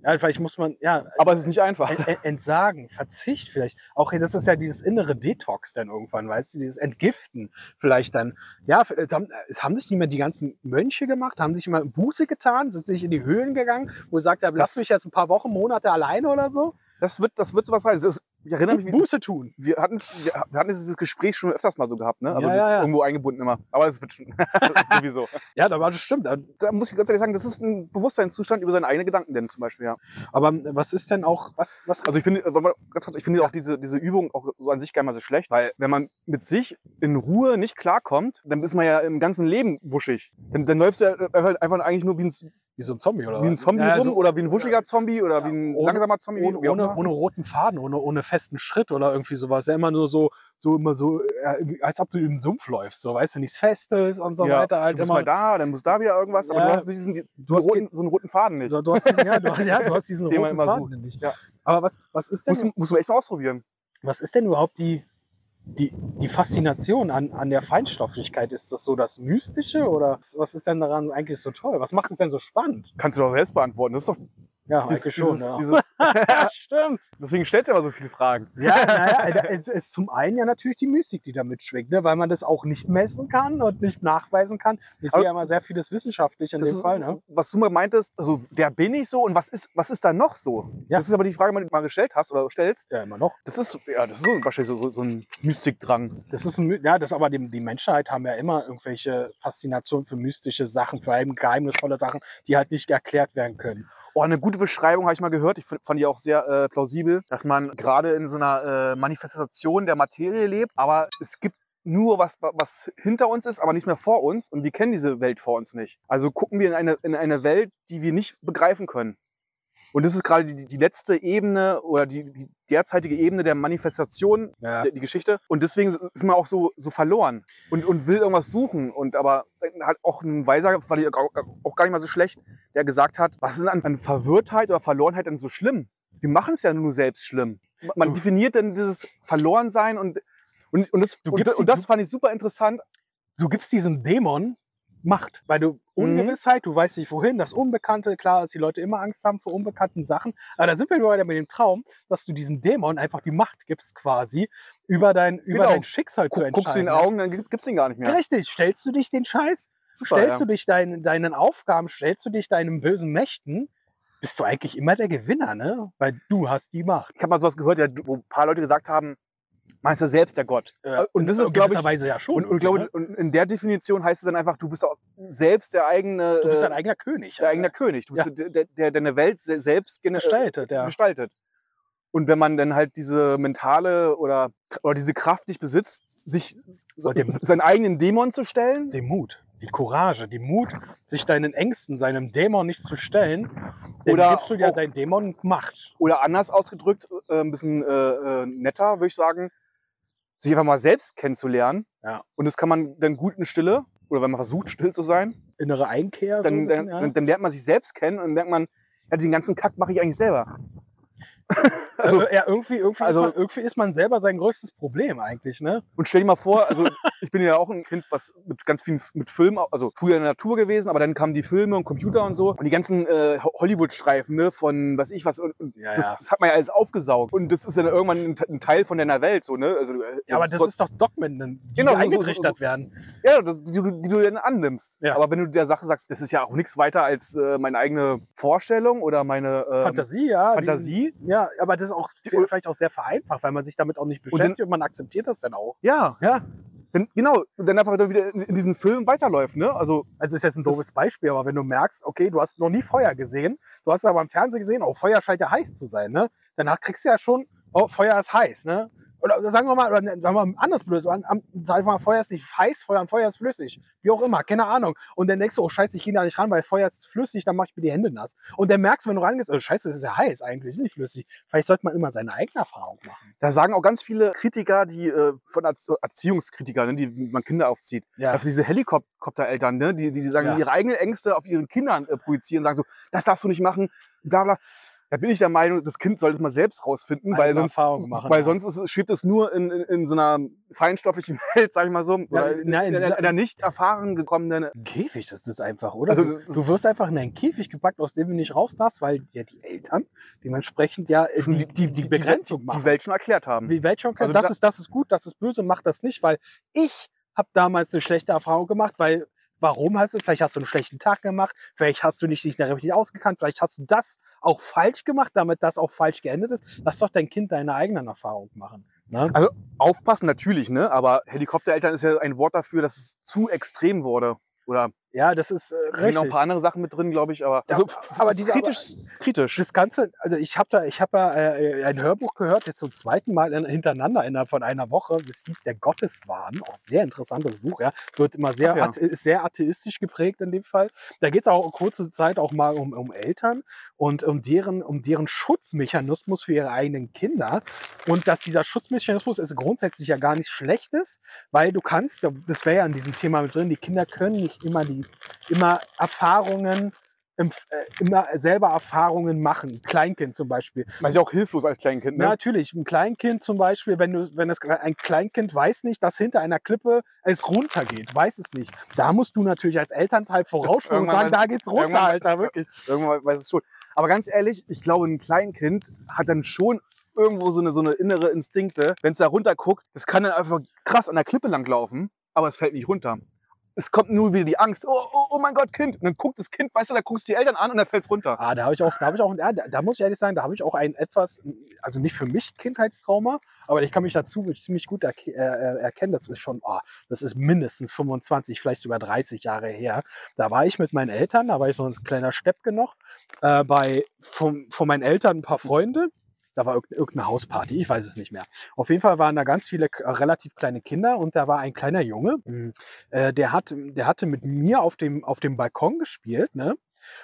Ja, vielleicht muss man, ja, Aber es ist nicht einfach. en- en- entsagen, Verzicht vielleicht. Auch das ist ja dieses innere Detox dann irgendwann, weißt du, dieses Entgiften vielleicht dann. Ja, es haben, es haben sich nicht mehr die ganzen Mönche gemacht, haben sich immer Buße getan, sind sich in die Höhlen gegangen, wo sie sagt, ja, lass Das- mich jetzt ein paar Wochen, Monate alleine oder so. Das wird, das wird sowas sein. Das ist, ich erinnere mich, wie, Buße tun. wir hatten, wir hatten dieses Gespräch schon öfters mal so gehabt, ne? Also Ja, das ja, ja. irgendwo eingebunden immer. Aber das wird schon sowieso. Ja, da war das stimmt. Da muss ich ganz ehrlich sagen, das ist ein Bewusstseinszustand über seine eigenen Gedanken denn zum Beispiel, ja. Aber was ist denn auch, was, was ist, Also ich finde, äh, warte mal, ganz kurz, ich finde auch diese, diese Übung auch so an sich gar nicht mal so schlecht, weil wenn man mit sich in Ruhe nicht klarkommt, dann ist man ja im ganzen Leben wuschig. Dann, dann läufst du ja einfach, einfach eigentlich nur wie ein, wie so ein Zombie oder wie ein was? Zombie Ja, rum so- oder wie ein wuschiger Zombie oder Ja, wie ein ohne- langsamer Zombie. ohne, wie auch ohne, immer. ohne roten Faden, ohne, ohne festen Schritt oder irgendwie sowas. Ja, immer nur so, so immer so, äh, als ob du im Sumpf läufst, so, weißt du, nichts Festes und so Ja, weiter. Halt du bist immer. mal da, dann muss da wieder irgendwas, aber Ja. du hast diesen, diesen Du hast roten, so einen roten Faden nicht. Du, du hast diesen, ja, du hast, ja, du hast diesen Den man roten immer Faden sucht. nicht. Ja. Aber was, was, ist denn, Muss, muss man echt mal ausprobieren. was ist denn überhaupt die, die, die Faszination an, an der Feinstofflichkeit? Ist das so das Mystische oder was, was ist denn daran eigentlich so toll? Was macht es denn so spannend? Kannst du doch selbst beantworten. Das ist doch Ja, dieses, eigentlich schon. dieses, Ja. dieses Stimmt. deswegen stellst du ja immer so viele Fragen. Ja, naja, es ist zum einen ja natürlich die Mystik, die da mitschwingt, ne? Weil man das auch nicht messen kann und nicht nachweisen kann. Ich sehe Aber ja immer sehr vieles wissenschaftlich in Das dem ist, Fall. Ne? was du mal meintest, also wer bin ich so und was ist, was ist da noch so? Ja. Das ist aber die Frage, die du mal gestellt hast oder stellst. Ja, immer noch. Das ist, ja, das ist so, wahrscheinlich so, so, so ein Mystikdrang. Das ist ein, My- ja, das aber die, die Menschheit haben ja immer irgendwelche Faszinationen für mystische Sachen, für allem geheimnisvolle Sachen, die halt nicht erklärt werden können. Oh, eine gute Beschreibung habe ich mal gehört. Ich find- fand die auch sehr äh, plausibel, dass man gerade in so einer äh, Manifestation der Materie lebt, aber es gibt nur was, was hinter uns ist, aber nicht mehr vor uns und wir kennen diese Welt vor uns nicht. Also gucken wir in eine, in eine Welt, die wir nicht begreifen können. Und das ist gerade die, die letzte Ebene oder die, die derzeitige Ebene der Manifestation, Ja. der, die Geschichte. Und deswegen ist man auch so, so verloren und, und will irgendwas suchen. Und aber hat auch ein Weiser, fand ich auch gar nicht mal so schlecht, der gesagt hat, was ist an, an Verwirrtheit oder Verlorenheit denn so schlimm? Wir machen es ja nur selbst schlimm. Man Du- definiert dann dieses Verlorensein und, und, und, das, Du und, gibst und die- das fand ich super interessant. Du gibst diesem Dämon Macht, weil du Ungewissheit, du weißt nicht wohin, das Unbekannte, klar, dass die Leute immer Angst haben vor unbekannten Sachen, aber da sind wir wieder mit dem Traum, dass du diesem Dämon einfach die Macht gibst quasi, über dein, über Genau. dein Schicksal zu Guck, entscheiden. guckst du in die ja. Augen, dann gibt es den gar nicht mehr. Richtig, stellst du dich den Scheiß, Super, stellst ja. du dich deinen, deinen Aufgaben, stellst du dich deinen bösen Mächten, bist du eigentlich immer der Gewinner, ne? Weil du hast die Macht. Ich habe mal sowas gehört, ja, wo ein paar Leute gesagt haben, meinst du selbst der Gott? und das ist, glaube ich, Weise ja schon. und, und, glaube, und in der Definition heißt es dann einfach, du bist auch selbst der eigene, du bist äh, dein eigener König. der eigene König. Du bist Ja. der, der, der deine Welt se- selbst gene- gestaltet, ja. gestaltet. Und wenn man dann halt diese mentale oder, oder diese Kraft nicht besitzt, sich s- Und den- seinen eigenen Dämon zu stellen, Den Mut, die Courage, die Mut, sich deinen Ängsten, seinem Dämon nicht zu stellen, dann Oder gibst du ja auch- deinem Dämon Macht. oder anders ausgedrückt, äh, ein bisschen äh, äh, netter, würde ich sagen, sich einfach mal selbst kennenzulernen. Ja. Und das kann man dann gut in Stille, oder wenn man versucht, still zu sein, Innere Einkehr. so ein dann, bisschen, dann, ja. dann, dann lernt man sich selbst kennen und dann merkt man, ja, den ganzen Kack mache ich eigentlich selber. also, also, ja, irgendwie, irgendwie, also- ist man, irgendwie ist man selber sein größtes Problem eigentlich, ne? und stell dir mal vor, also ich bin ja auch ein Kind, was mit ganz viel mit Film, also früher in der Natur gewesen, aber dann kamen die Filme und Computer und so und die ganzen äh, Hollywood-Streifen, ne, von was ich was und, und Ja, das, ja. das hat man ja alles aufgesaugt und das ist dann irgendwann ein, ein Teil von deiner Welt, so, ne? Also, äh, Ja, aber das ist doch Dogmen, die Genau, so- so- eingetrichtert so- werden. Ja, das, die, du, die du dann annimmst. Ja. Aber wenn du der Sache sagst, das ist ja auch nichts weiter als äh, meine eigene Vorstellung oder meine ähm, Fantasie, ja. Fantasie. Die, ja, aber das ist auch Die- vielleicht auch sehr vereinfacht, weil man sich damit auch nicht dann- beschäftigt und, man akzeptiert das dann auch. Ja, Ja, dann, genau. Und dann einfach wieder in, in diesen Film weiterläuft, ne? Also, also ist jetzt ein Das- doofes Beispiel, aber wenn du merkst, okay, du hast noch nie Feuer gesehen, du hast aber im Fernsehen gesehen, oh, Feuer scheint ja heiß zu sein, ne? Danach kriegst du ja schon, oh, Feuer ist heiß, ne? Oder sagen wir mal, oder sagen wir mal anders blöd, so an- am- sagen wir mal, Feuer ist nicht heiß, Feuer, Feuer ist flüssig. Wie auch immer, keine Ahnung. Und dann denkst du, oh scheiße, ich gehe da nicht ran, weil Feuer ist flüssig, dann mach ich mir die Hände nass. Und dann merkst du, wenn du rangehst, oh scheiße, es ist ja heiß eigentlich, ist nicht flüssig. Vielleicht sollte man immer seine eigene Erfahrung machen. da sagen auch ganz viele Kritiker, die äh, von Erzie- Erziehungskritikern, ne, die wie man Kinder aufzieht, Ja. dass diese Helikoptereltern, ne, die, die, die sagen, Ja. ihre eigenen Ängste auf ihren Kindern äh, projizieren, sagen so, das darfst du nicht machen, bla bla. Da bin ich der Meinung, das Kind sollte es mal selbst rausfinden, weil Eigene sonst, Erfahrungen machen, weil ja. sonst ist, es- schwebt es nur in, in, in so einer feinstofflichen Welt, sag ich mal so, oder in, nein, in, dieser- einer- einer nicht erfahren gekommenen. Ein Käfig ist das einfach, oder? Also du, das- das- du wirst einfach in einen Käfig gepackt, aus dem du nicht raus darfst, weil ja die Eltern dementsprechend ja äh, schon die, die, die Begrenzung die, machen. die Welt schon erklärt haben. Die Welt schon kennt, Also das da- ist, das ist gut, das ist böse, mach das nicht, weil ich habe damals eine schlechte Erfahrung gemacht, weil warum hast du, vielleicht hast du einen schlechten Tag gemacht, vielleicht hast du nicht dich richtig ausgekannt, vielleicht hast du das auch falsch gemacht, damit das auch falsch geendet ist. Lass doch dein Kind deine eigenen Erfahrungen machen. Ne? Also aufpassen natürlich, ne? Aber Helikoptereltern ist ja ein Wort dafür, dass es zu extrem wurde. Oder Ja, das ist äh, da sind noch ein richtig. paar andere Sachen mit drin, glaube ich. Aber, Ja, also, aber f- diese- kritisch, kritisch. Das Ganze, also ich habe da, ich habe ja äh, ein Hörbuch gehört, jetzt zum zweiten Mal in, hintereinander innerhalb von einer Woche. Das hieß Der Gotteswahn, auch sehr interessantes Buch, ja. Wird immer sehr, Ach ja. athe- ist sehr atheistisch geprägt in dem Fall. Da geht es auch kurze Zeit auch mal um, um Eltern und um deren, um deren Schutzmechanismus für ihre eigenen Kinder. Und dass dieser Schutzmechanismus ist grundsätzlich ja gar nichts Schlechtes, weil du kannst, das wäre ja in diesem Thema mit drin, die Kinder können nicht immer die, immer Erfahrungen empf- äh, immer selber Erfahrungen machen. Ein Kleinkind zum Beispiel. Man ist ja auch hilflos als Kleinkind, ne? Ja, natürlich, ein Kleinkind zum Beispiel, wenn du, wenn es ein Kleinkind weiß nicht, dass hinter einer Klippe es runtergeht, weiß es nicht. Da musst du natürlich als Elternteil vorausspringen und Irgendwann sagen, weiß- da geht's runter, irgendwann- Alter, wirklich. Irgendwann weiß es schon. Aber ganz ehrlich, ich glaube, ein Kleinkind hat dann schon irgendwo so eine, so eine innere Instinkte. Wenn es da runter guckt, das kann dann einfach krass an der Klippe langlaufen, aber es fällt nicht runter. Es kommt nur wieder die Angst. Oh, oh, oh mein Gott, Kind. Und dann guckt das Kind, weißt du, da guckst du die Eltern an und dann fällt es runter. Ah, da habe ich auch, da habe ich auch, ja, da, da muss ich ehrlich sagen, da habe ich auch ein etwas, also nicht für mich Kindheitstrauma, aber ich kann mich dazu ziemlich gut erke- äh, erkennen. Das ist schon, oh, das ist mindestens fünfundzwanzig, vielleicht sogar dreißig Jahre her. Da war ich mit meinen Eltern, da war ich so ein kleiner Steppke noch, äh, bei von, von meinen Eltern ein paar Freunde. Da war irgendeine, irgendeine Hausparty, ich weiß es nicht mehr. Auf jeden Fall waren da ganz viele äh, relativ kleine Kinder und da war ein kleiner Junge, mh, äh, der, hat, der hatte mit mir auf dem, auf dem Balkon gespielt, ne?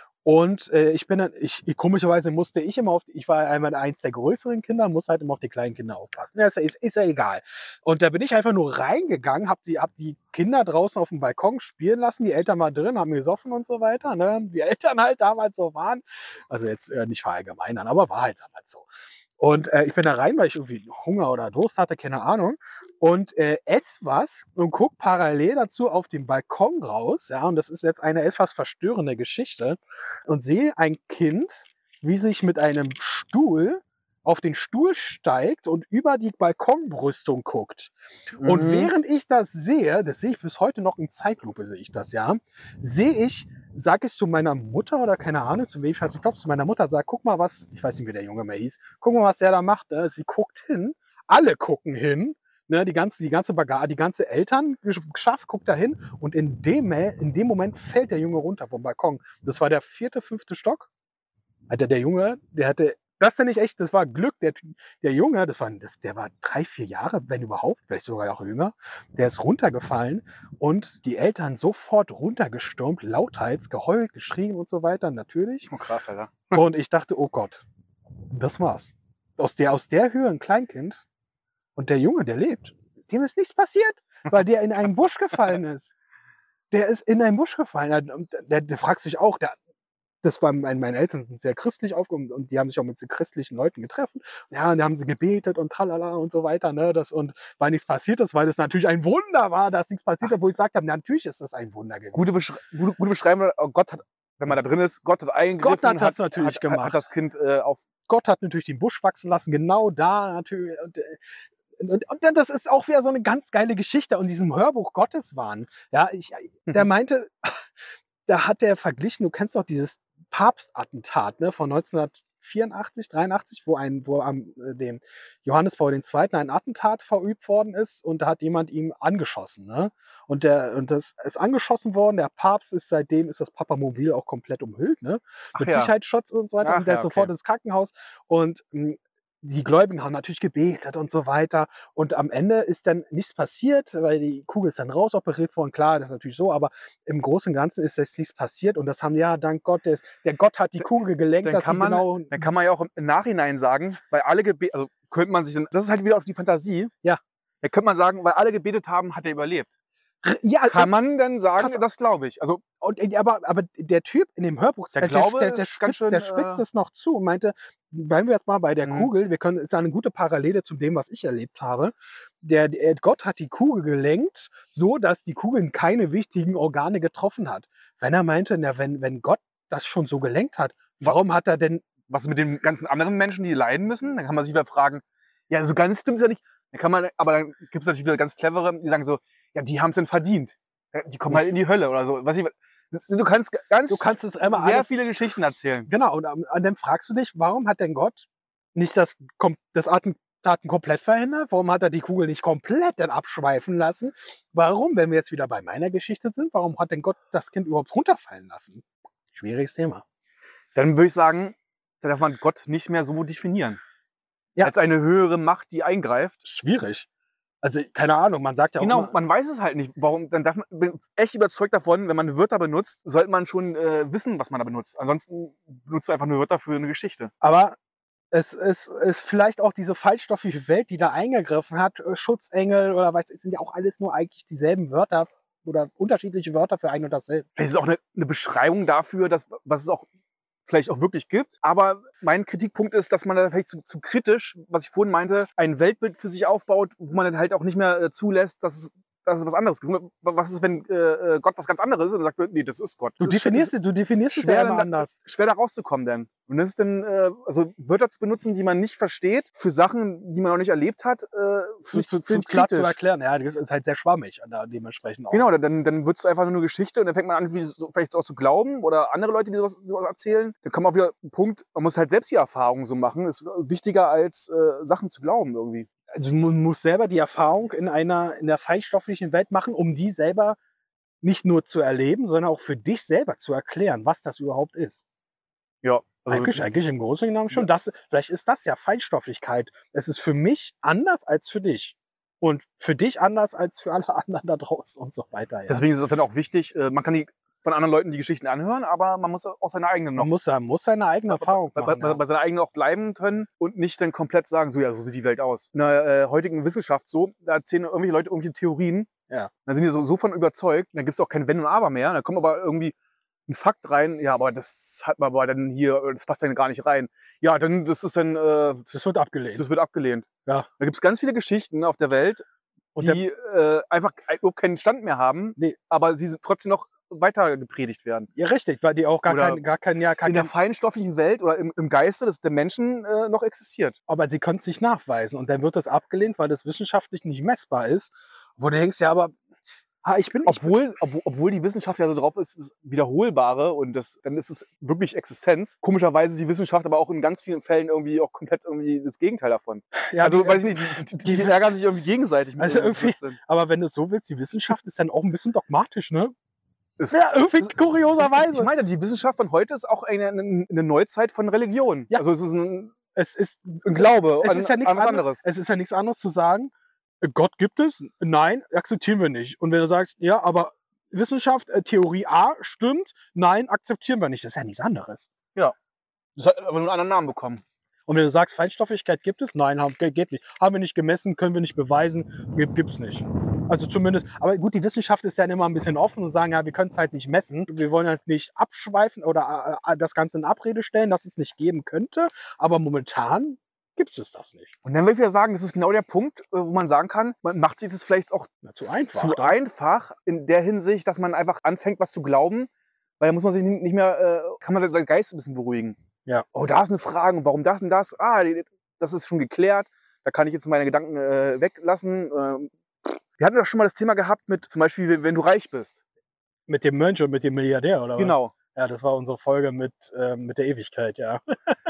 Und äh, ich bin dann, ich, ich komischerweise musste ich immer auf, die, ich war einmal eins der größeren Kinder, muss halt immer auf die kleinen Kinder aufpassen. Ja, ist, ja- ist, ist ja egal. Und da bin ich einfach nur reingegangen, hab die, hab die Kinder draußen auf dem Balkon spielen lassen, die Eltern waren drin, haben gesoffen und so weiter. Ne? Die Eltern halt damals so waren. Also jetzt äh, nicht verallgemeinern, aber war halt damals so. Und äh, ich bin da rein, weil ich irgendwie Hunger oder Durst hatte, keine Ahnung. Und äh, ess was und guck parallel dazu auf den Balkon raus. Ja, und das ist jetzt eine etwas verstörende Geschichte. Und sehe ein Kind, wie sich mit einem Stuhl auf den Stuhl steigt und über die Balkonbrüstung guckt. Und Mhm. während ich das sehe, das sehe ich bis heute noch in Zeitlupe, sehe ich das, ja, sehe ich, sage ich zu meiner Mutter oder keine Ahnung, zu wem ich weiß, ich glaube zu meiner Mutter, sag, guck mal was, ich weiß nicht, wie der Junge mehr hieß, guck mal, was der da macht. Ne? Sie guckt hin, alle gucken hin, ne? die ganze, die ganze Bagage, die ganze Elternschaft guckt da hin und in dem, in dem Moment fällt der Junge runter vom Balkon. Das war der vierte, fünfte Stock. Alter, der Junge, der hatte, das ist ja nicht echt, das war Glück. Der, der Junge, das war, das, der war drei, vier Jahre, wenn überhaupt, vielleicht sogar auch jünger, der ist runtergefallen und die Eltern sofort runtergestürmt, lauthals, geheult, geschrien und so weiter, natürlich. Oh, krass, Alter. Und ich dachte, oh Gott, das war's. Aus der, aus der Höhe ein Kleinkind und der Junge, der lebt, dem ist nichts passiert, weil der in einen Busch gefallen ist. Der ist in einen Busch gefallen. Und der, der fragt sich auch, der, das war mein, meine Eltern sind sehr christlich aufgehoben und die haben sich auch mit so christlichen Leuten getroffen. Ja, und da haben sie gebetet und tralala und so weiter. Ne, das, und weil nichts passiert ist, weil das natürlich ein Wunder war, dass nichts passiert ist, wo ich gesagt habe, natürlich ist das ein Wunder gewesen. Gute, Beschre gute, gute Beschreibung. Oh, Gott hat, wenn man da drin ist, Gott hat eingegriffen. Gott hat das natürlich hat, gemacht. Hat das Kind äh, auf. Gott hat natürlich den Busch wachsen lassen, genau da natürlich. Und, und, und dann, das ist auch wieder so eine ganz geile Geschichte in diesem Hörbuch Gotteswahn. Ja, ich, der meinte, da hat der verglichen, du kennst doch dieses Papstattentat, ne, von neunzehnhundertvierundachtzig, dreiundachtzig, wo, ein, wo am äh, dem Johannes Paul der Zweite. ein Attentat verübt worden ist und da hat jemand ihm angeschossen. Ne? Und, der, und das ist angeschossen worden, der Papst ist seitdem, ist das Papamobil auch komplett umhüllt, ne? Ach Mit ja. Sicherheitsschutz und so weiter. Ach und der ja, ist sofort okay. ins Krankenhaus und mh, die Gläubigen haben natürlich gebetet und so weiter. Und am Ende ist dann nichts passiert, weil die Kugel ist dann rausoperiert worden. Klar, das ist natürlich so, aber im Großen und Ganzen ist jetzt nichts passiert. Und das haben ja, dank Gott, der, der Gott hat die Kugel gelenkt, Dann dass kann, sie man, genau. dann kann man ja auch im Nachhinein sagen, weil alle gebetet, also könnte man sich, dann, das ist halt wieder auf die Fantasie. Ja. Da könnte man sagen, weil alle gebetet haben, hat er überlebt. Ja, kann man dann sagen, pass- das glaube ich. Also und, äh, aber, aber der Typ in dem Hörbuch, Der der, Glaube der, der, ist ganz spitzt, schön, der spitzt äh, es noch zu und meinte, bleiben wir jetzt mal bei der Mhm. Kugel, wir können, ist eine gute Parallele zu dem, was ich erlebt habe. Der, der Gott hat die Kugel gelenkt, so dass die Kugel keine wichtigen Organe getroffen hat. Wenn er meinte, na, wenn, wenn Gott das schon so gelenkt hat, warum hat er denn, was ist mit den ganzen anderen Menschen, die leiden müssen? Dann kann man sich wieder fragen, ja, so ganz stimmt es ja nicht. Dann kann man, aber dann gibt es natürlich wieder ganz clevere, die sagen so, ja, die haben es denn verdient. Ja, die kommen halt in die Hölle oder so. Was ich, das, du kannst ganz du kannst es immer sehr alles, viele Geschichten erzählen. genau, und ähm, dann fragst du dich, warum hat denn Gott nicht das, kom- das Attentaten komplett verhindert? Warum hat er die Kugel nicht komplett dann abschweifen lassen? Warum, wenn wir jetzt wieder bei meiner Geschichte sind, warum hat denn Gott das Kind überhaupt runterfallen lassen? Schwieriges Thema. Dann würde ich sagen, da darf man Gott nicht mehr so definieren. Ja. Als eine höhere Macht, die eingreift. Schwierig. Also, keine Ahnung, man sagt ja auch Genau, immer, man weiß es halt nicht. Warum? Dann darf man, bin echt überzeugt davon, wenn man Wörter benutzt, sollte man schon äh, wissen, was man da benutzt. Ansonsten benutzt du einfach nur Wörter für eine Geschichte. aber es ist, ist vielleicht auch diese fallstoffliche Welt, die da eingegriffen hat, äh, Schutzengel oder was, es sind ja auch alles nur eigentlich dieselben Wörter oder unterschiedliche Wörter für ein und dasselbe. Vielleicht ist es auch eine, eine Beschreibung dafür, dass, was es auch vielleicht auch wirklich gibt. Aber mein Kritikpunkt ist, dass man da vielleicht zu, zu kritisch, was ich vorhin meinte, ein Weltbild für sich aufbaut, wo man dann halt auch nicht mehr äh, zulässt, dass es, dass es was anderes gibt. Was ist, wenn äh, Gott was ganz anderes ist und sagt, nee, das ist Gott. Du Das ist- definierst, das du definierst es ja schwer, immer dann- anders. schwer da rauszukommen denn. Und das ist dann, äh, also Wörter zu benutzen, die man nicht versteht, für Sachen, die man noch nicht erlebt hat, äh, Zu, find ich- zu, zu find ich klar zu kritisch. erklären. Ja, das ist halt sehr schwammig da dementsprechend auch. Genau, dann, dann wird es einfach nur eine Geschichte und dann fängt man an, wie so, vielleicht so auch zu glauben oder andere Leute, die sowas, sowas erzählen. Dann kommt auch wieder ein Punkt, man muss halt selbst die Erfahrung so machen. Das ist wichtiger als äh, Sachen zu glauben irgendwie. Also man muss selber die Erfahrung in einer in der feinstofflichen Welt machen, um die selber nicht nur zu erleben, sondern auch für dich selber zu erklären, was das überhaupt ist. Ja. Also, Eigentlich, eigentlich im Großen und Genommen schon. Das, vielleicht ist das ja Feinstofflichkeit. Es ist für mich anders als für dich. Und für dich anders als für alle anderen da draußen und so weiter. Ja. Deswegen ist es dann auch wichtig, äh, man kann die, von anderen Leuten die Geschichten anhören, aber man muss auch seine eigenen noch man muss, man muss seine eigene Erfahrung bei, machen. bei, Ja. bei seiner eigenen auch bleiben können und nicht dann komplett sagen, so ja, so sieht die Welt aus. In der äh, heutigen Wissenschaft so, da erzählen irgendwelche Leute irgendwelche Theorien, Ja. dann sind die so, so von überzeugt, dann gibt es auch kein Wenn und Aber mehr, dann kommt aber irgendwie ein Fakt rein, ja, aber das hat man aber dann hier, das passt dann gar nicht rein. Ja, dann, das ist dann, äh, Das das, wird abgelehnt. das wird abgelehnt. Ja. Da gibt es ganz viele Geschichten auf der Welt, Und der- die äh, einfach überhaupt keinen Stand mehr haben, Nee. aber sie sind trotzdem noch weiter gepredigt werden. Ja, richtig, weil die auch gar Oder kein, gar kein, ja, gar In der kein, feinstofflichen Welt oder im, im Geiste des, der Menschen äh, noch existiert. aber sie können es nicht nachweisen. Und dann wird das abgelehnt, weil das wissenschaftlich nicht messbar ist. Wo du denkst, ja, aber ah, ich bin ich, Obwohl, obwohl, obwohl die Wissenschaft ja so drauf ist, das Wiederholbare und das, dann ist es wirklich Existenz. Komischerweise ist die Wissenschaft aber auch in ganz vielen Fällen irgendwie auch komplett irgendwie das Gegenteil davon. ja, also, die- weiß ich nicht, die, die, die die- ärgern sich irgendwie gegenseitig mit Also ihrem irgendwie- Blödsinn. aber wenn du es so willst, die Wissenschaft ist dann auch ein bisschen dogmatisch, ne? Es- Ja, irgendwie es- kurioserweise. Ich meine, die Wissenschaft von heute ist auch eine, eine, eine Neuzeit von Religion. Ja. Also es ist ein, es ist, ein Glaube es an, ist ja nichts an was anderes. anderes. Es ist ja nichts anderes zu sagen, äh, Gott gibt es, nein, akzeptieren wir nicht. Und wenn du sagst, ja, aber Wissenschaft, äh, Theorie A stimmt, nein, akzeptieren wir nicht. Das ist ja nichts anderes. Das hat aber nur einen anderen Namen bekommen. Und wenn du sagst, Feinstofflichkeit gibt es, nein, haben, geht nicht. Haben wir nicht gemessen, können wir nicht beweisen, gibt es nicht. Also zumindest, aber gut, die Wissenschaft ist dann immer ein bisschen offen und sagen, ja, wir können es halt nicht messen. Wir wollen halt nicht abschweifen oder äh, das Ganze in Abrede stellen, dass es nicht geben könnte. Aber momentan gibt es das nicht. Und dann würde ich wieder sagen, das ist genau der Punkt, äh, wo man sagen kann, man macht sich das vielleicht auch Na, zu einfach, zu ne? einfach in der Hinsicht, dass man einfach anfängt, was zu glauben, weil da muss man sich nicht mehr, äh, kann man seinen Geist ein bisschen beruhigen. Ja. Oh, da ist eine Frage, und warum das und das? Ah, die- das ist schon geklärt, da kann ich jetzt meine Gedanken äh, weglassen. Ähm, wir hatten doch schon mal das Thema gehabt mit, zum Beispiel, wenn- wenn du reich bist. Mit dem Mönch und mit dem Milliardär, oder was? Genau. Ja, das war unsere Folge mit, ähm, mit der Ewigkeit, ja.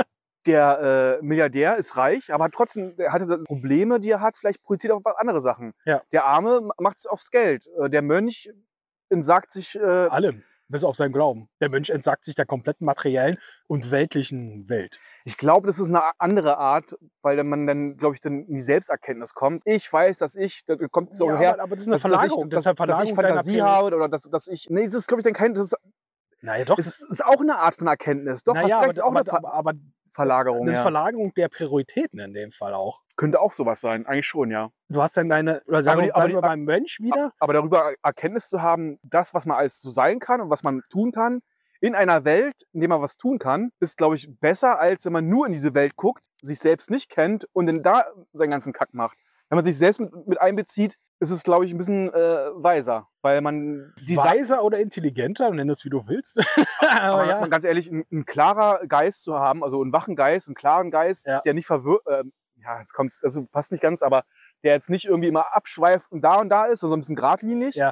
Der äh, Milliardär ist reich, aber hat trotzdem, er hatte Probleme, die er hat, vielleicht projiziert er auf andere Sachen. Ja. Der Arme macht es aufs Geld. Äh, Der Mönch entsagt sich äh, Allem, bis auf seinen Glauben. Der Mönch entsagt sich der kompletten materiellen und weltlichen Welt. Ich glaube, das ist eine andere Art, weil dann man dann, glaube ich, dann in die Selbsterkenntnis kommt. Ich weiß, dass ich, da kommt so Ja, her, aber, aber das ist eine dass, dass, Verlagerung. ich, dass, Deshalb dass ich Verlagerung deiner Fantasie Prägung. habe oder dass, dass ich. Nee, das ist, glaube ich, dann kein. Das ist, Naja, doch. das ist auch eine Art von Erkenntnis. Doch, naja, hast recht, aber, ist auch aber, eine Ver aber, aber Verlagerung, Das ist ja. Verlagerung der Prioritäten in dem Fall auch. Könnte auch sowas sein, eigentlich schon, ja. Du hast dann deine, oder sagen Aber wir, die- aber bleiben die- wir beim Mönch wieder. Aber darüber Erkenntnis zu haben, das, was man alles so sein kann und was man tun kann, in einer Welt, in der man was tun kann, ist, glaube ich, besser, als wenn man nur in diese Welt guckt, sich selbst nicht kennt und dann da seinen ganzen Kack macht. Wenn man sich selbst mit, mit einbezieht, ist es, glaube ich, ein bisschen äh, weiser, weil man die Sa- Weiser oder intelligenter, nenn es wie du willst. aber Aber ja. man, ganz ehrlich, ein, ein klarer Geist zu haben, also einen wachen Geist, einen klaren Geist, Ja. der nicht verwirrt, äh, ja, jetzt kommt, also passt nicht ganz, aber der jetzt nicht irgendwie immer abschweift und da und da ist, sondern so ein bisschen geradlinig, Ja.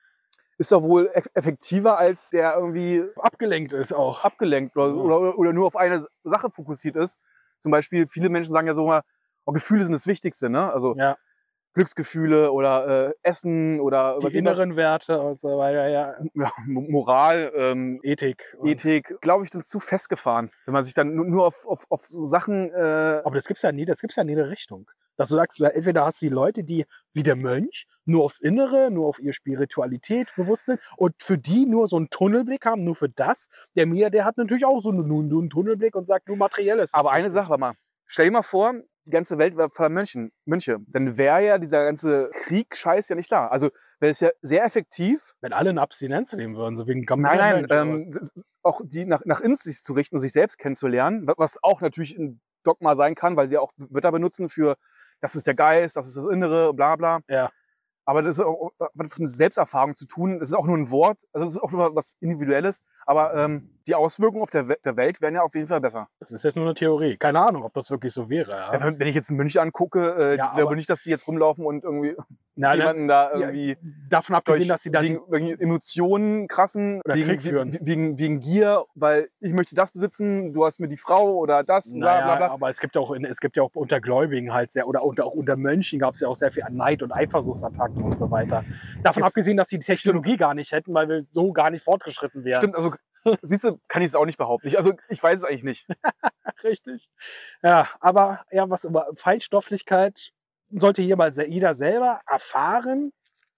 ist doch wohl eff- effektiver, als der irgendwie Abgelenkt ist auch. abgelenkt oder, Ja. oder, oder nur auf eine Sache fokussiert ist. Zum Beispiel, viele Menschen sagen ja so mal, oh, Gefühle sind das Wichtigste, ne? Also Ja. Glücksgefühle oder äh, Essen oder was Die inneren Werte und so weiter, ja. ja, Moral, ähm, Ethik. und- Ethik, glaube ich, das ist zu festgefahren. Wenn man sich dann nur, nur auf, auf, auf so Sachen. Äh, Aber das gibt's ja nie, das gibt's ja in jede Richtung. Dass du sagst, entweder hast du die Leute, die wie der Mönch nur aufs Innere, nur auf ihre Spiritualität bewusst sind und für die nur so einen Tunnelblick haben, nur für das. Der Mia, der hat natürlich auch so einen, nur einen Tunnelblick und sagt, nur Materielles. ist aber eine wichtig. Sache, warte mal. Stell dir mal vor, die ganze Welt wäre voller Mönchen, Mönche. Dann wäre ja dieser ganze Krieg-Scheiß ja nicht da. Also wäre es ja sehr effektiv. Wenn alle eine Abstinenz nehmen würden, so wegen Nein, nein, Mönch oder ähm, das ist auch die nach, nach innen sich zu richten und sich selbst kennenzulernen, wa- was auch natürlich ein Dogma sein kann, weil sie auch Wörter benutzen für, das ist der Geist, das ist das Innere, bla bla. Ja. Aber das ist auch was mit Selbsterfahrung zu tun. Das ist auch nur ein Wort, also das ist auch nur was Individuelles. Aber ähm, die Auswirkungen auf der, We der Welt wären ja auf jeden Fall besser. Das ist jetzt nur eine Theorie. Keine Ahnung, ob das wirklich so wäre. Ja. Ja, wenn, wenn ich jetzt einen Mönch angucke, äh, Ja, ich glaube aber- nicht, dass die jetzt rumlaufen und irgendwie Nein, nein, jemanden da ja, irgendwie davon abgesehen, durch, dass sie da wegen, wegen Emotionen krassen, Oder wegen, Krieg führen. wegen, wegen, wegen Gier, weil ich möchte das besitzen, du hast mir die Frau oder das, bla Naja, bla bla. aber es gibt ja auch, in, es gibt ja auch unter Gläubigen halt sehr, oder unter, auch unter Mönchen gab es ja auch sehr viel Neid und Eifersuchtsattacken und so weiter. Davon Jetzt- abgesehen, dass sie die Technologie gar nicht hätten, weil wir so gar nicht fortgeschritten wären. Stimmt, also siehst du, kann ich es auch nicht behaupten. Ich, also ich weiß es eigentlich nicht. Richtig. Ja, aber ja, was über Feinstofflichkeit sollte hier mal se- jeder selber erfahren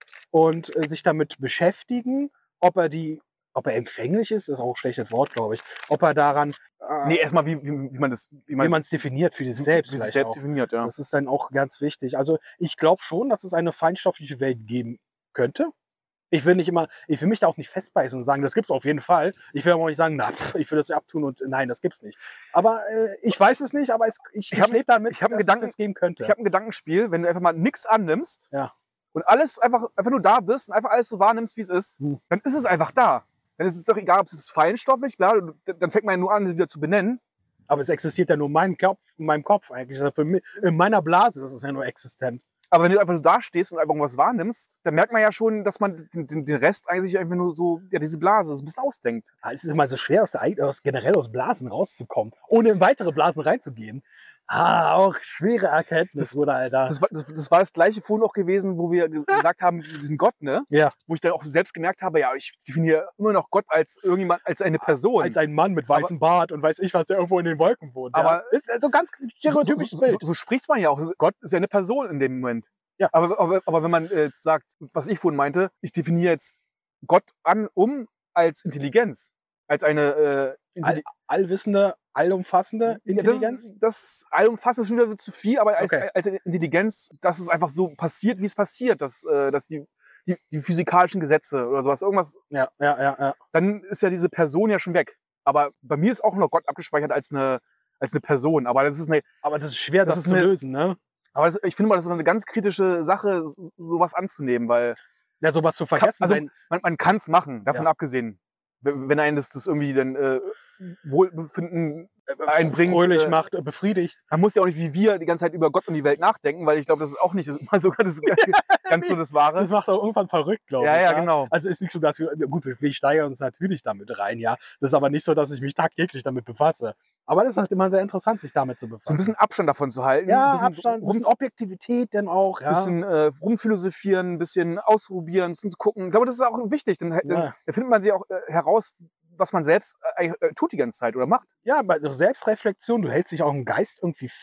und äh, sich damit beschäftigen, ob er die, ob er empfänglich ist, ist auch ein schlechtes Wort, glaube ich. Ob er daran, äh, Nee, erstmal, wie, wie, wie man das wie wie man es definiert für sich selbst. wie sich vielleicht selbst auch. definiert, ja. Das ist dann auch ganz wichtig. Also ich glaube schon, dass es eine feinstoffliche Welt geben könnte. Ich will nicht immer, ich will mich da auch nicht festbeißen und sagen, das gibt's auf jeden Fall. Ich will aber auch nicht sagen, na, pff, ich will das abtun und nein, das gibt's nicht. Aber äh, ich weiß es nicht, aber es, ich, Ich ich hab- lebe damit, ich hab einen dass Gedanken- es das geben könnte. Ich habe ein Gedankenspiel, wenn du einfach mal nichts annimmst Ja. und alles einfach, einfach nur da bist und einfach alles so wahrnimmst, wie es ist, Hm. dann ist es einfach da. Dann ist es doch egal, ob es ist feinstofflich, klar, du- dann fängt man ja nur an, es wieder zu benennen. Aber es existiert ja nur in meinem Kopf, in meinem Kopf eigentlich. Also für mich, in meiner Blase ist es ja nur existent. Aber wenn du einfach so da stehst und einfach irgendwas wahrnimmst, dann merkt man ja schon, dass man den, den, den Rest eigentlich einfach nur so, ja, diese Blase so ein bisschen ausdenkt. Ah, Es ist immer so schwer, aus der, eig- aus, generell aus Blasen rauszukommen, ohne in weitere Blasen reinzugehen. Ah, auch schwere Erkenntnis, Bruder, Alter. Das war das, das war das gleiche vorhin auch gewesen, wo wir ge- gesagt haben, diesen Gott, ne? Ja. Wo ich dann auch selbst gemerkt habe, ja, ich definiere immer noch Gott als irgendjemand, als eine Person. Als ein Mann mit weißem Bart und weiß ich was, der irgendwo in den Wolken wohnt. Aber- ja. Ist so ganz so, stereotypisches so, so, Bild. so spricht man ja auch. Gott ist ja eine Person in dem Moment. Ja. Aber, aber, aber wenn man äh, jetzt sagt, was ich vorhin meinte, ich definiere jetzt Gott an, um als Intelligenz. Als eine äh, All, Intelli allwissende, allumfassende Ja, das, Intelligenz. ist- das allumfassend ist schon wieder zu viel, aber als, Okay. als Intelligenz, dass es einfach so passiert, wie es passiert, dass, äh, dass die, die, die physikalischen Gesetze oder sowas, irgendwas, Ja, ja, ja, ja. dann ist ja diese Person ja schon weg. Aber bei mir ist auch noch Gott abgespeichert als eine, als eine Person. Aber das ist eine, Aber das ist schwer, Das das, ist zu eine- lösen, ne? aber das, ich finde mal, das ist eine ganz kritische Sache, so- sowas anzunehmen, weil Ja, sowas zu vergessen. also- sein, man, man kann es machen, davon Ja. abgesehen. Wenn wenn einen das, das irgendwie dann äh, Wohlbefinden einbringt. fröhlich äh, macht, äh, befriedigt. Man muss ja auch nicht wie wir die ganze Zeit über Gott und die Welt nachdenken, weil ich glaube, das ist auch nicht mal sogar das, ganz so das Wahre. Das macht auch irgendwann verrückt, glaube Ja, ich. ja, genau. Also ist nicht so, dass wir, gut, wir, wir steigern uns natürlich damit rein, ja. Das ist aber nicht so, dass ich mich tagtäglich damit befasse. Aber das ist halt immer sehr interessant, sich damit zu befassen. So ein bisschen Abstand davon zu halten, ja, ein bisschen, Abstand, ein rum, bisschen Objektivität dann auch, ja. bisschen äh, rumphilosophieren, ein bisschen ausprobieren, ein bisschen zu gucken. Ich glaube, das ist auch wichtig, denn, denn Ja. da findet man sich auch äh, heraus, was man selbst äh, eigentlich, äh, tut die ganze Zeit oder macht. Ja, bei der Selbstreflexion, du hältst dich auch im Geist irgendwie fit.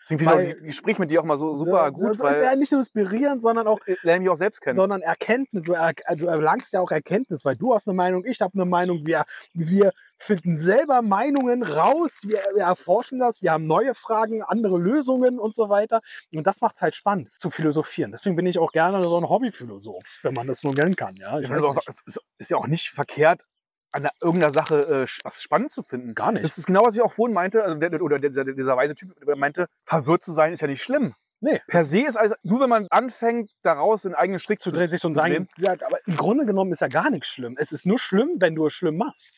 Deswegen finde ich das Gespräch mit dir auch mal so super so, gut, so, weil ja, nicht nur inspirierend, sondern auch ich lerne mich auch selbst kennen. sondern Erkenntnis. Du, er, du erlangst ja auch Erkenntnis, weil du hast eine Meinung, ich habe eine Meinung. Wir, wir finden selber Meinungen raus, wir, wir erforschen das, wir haben neue Fragen, andere Lösungen und so weiter. Und das macht es halt spannend zu philosophieren. Deswegen bin ich auch gerne so ein Hobbyphilosoph, wenn man das so nennen kann. Ja, ich Ich weiß meine, nicht. es ist, ist ja auch nicht verkehrt, an der- irgendeiner Sache äh, was spannend zu finden. Gar nicht. Das ist genau, was ich auch vorhin meinte, also der, oder dieser, dieser weise Typ der meinte, verwirrt zu sein ist ja nicht schlimm. Nee. Per se ist alles, nur wenn man anfängt, daraus den eigenen Strick Zu zu, drehen sich so zu sagen, ja, aber im Grunde genommen ist ja gar nichts schlimm. Es ist nur schlimm, wenn du es schlimm machst.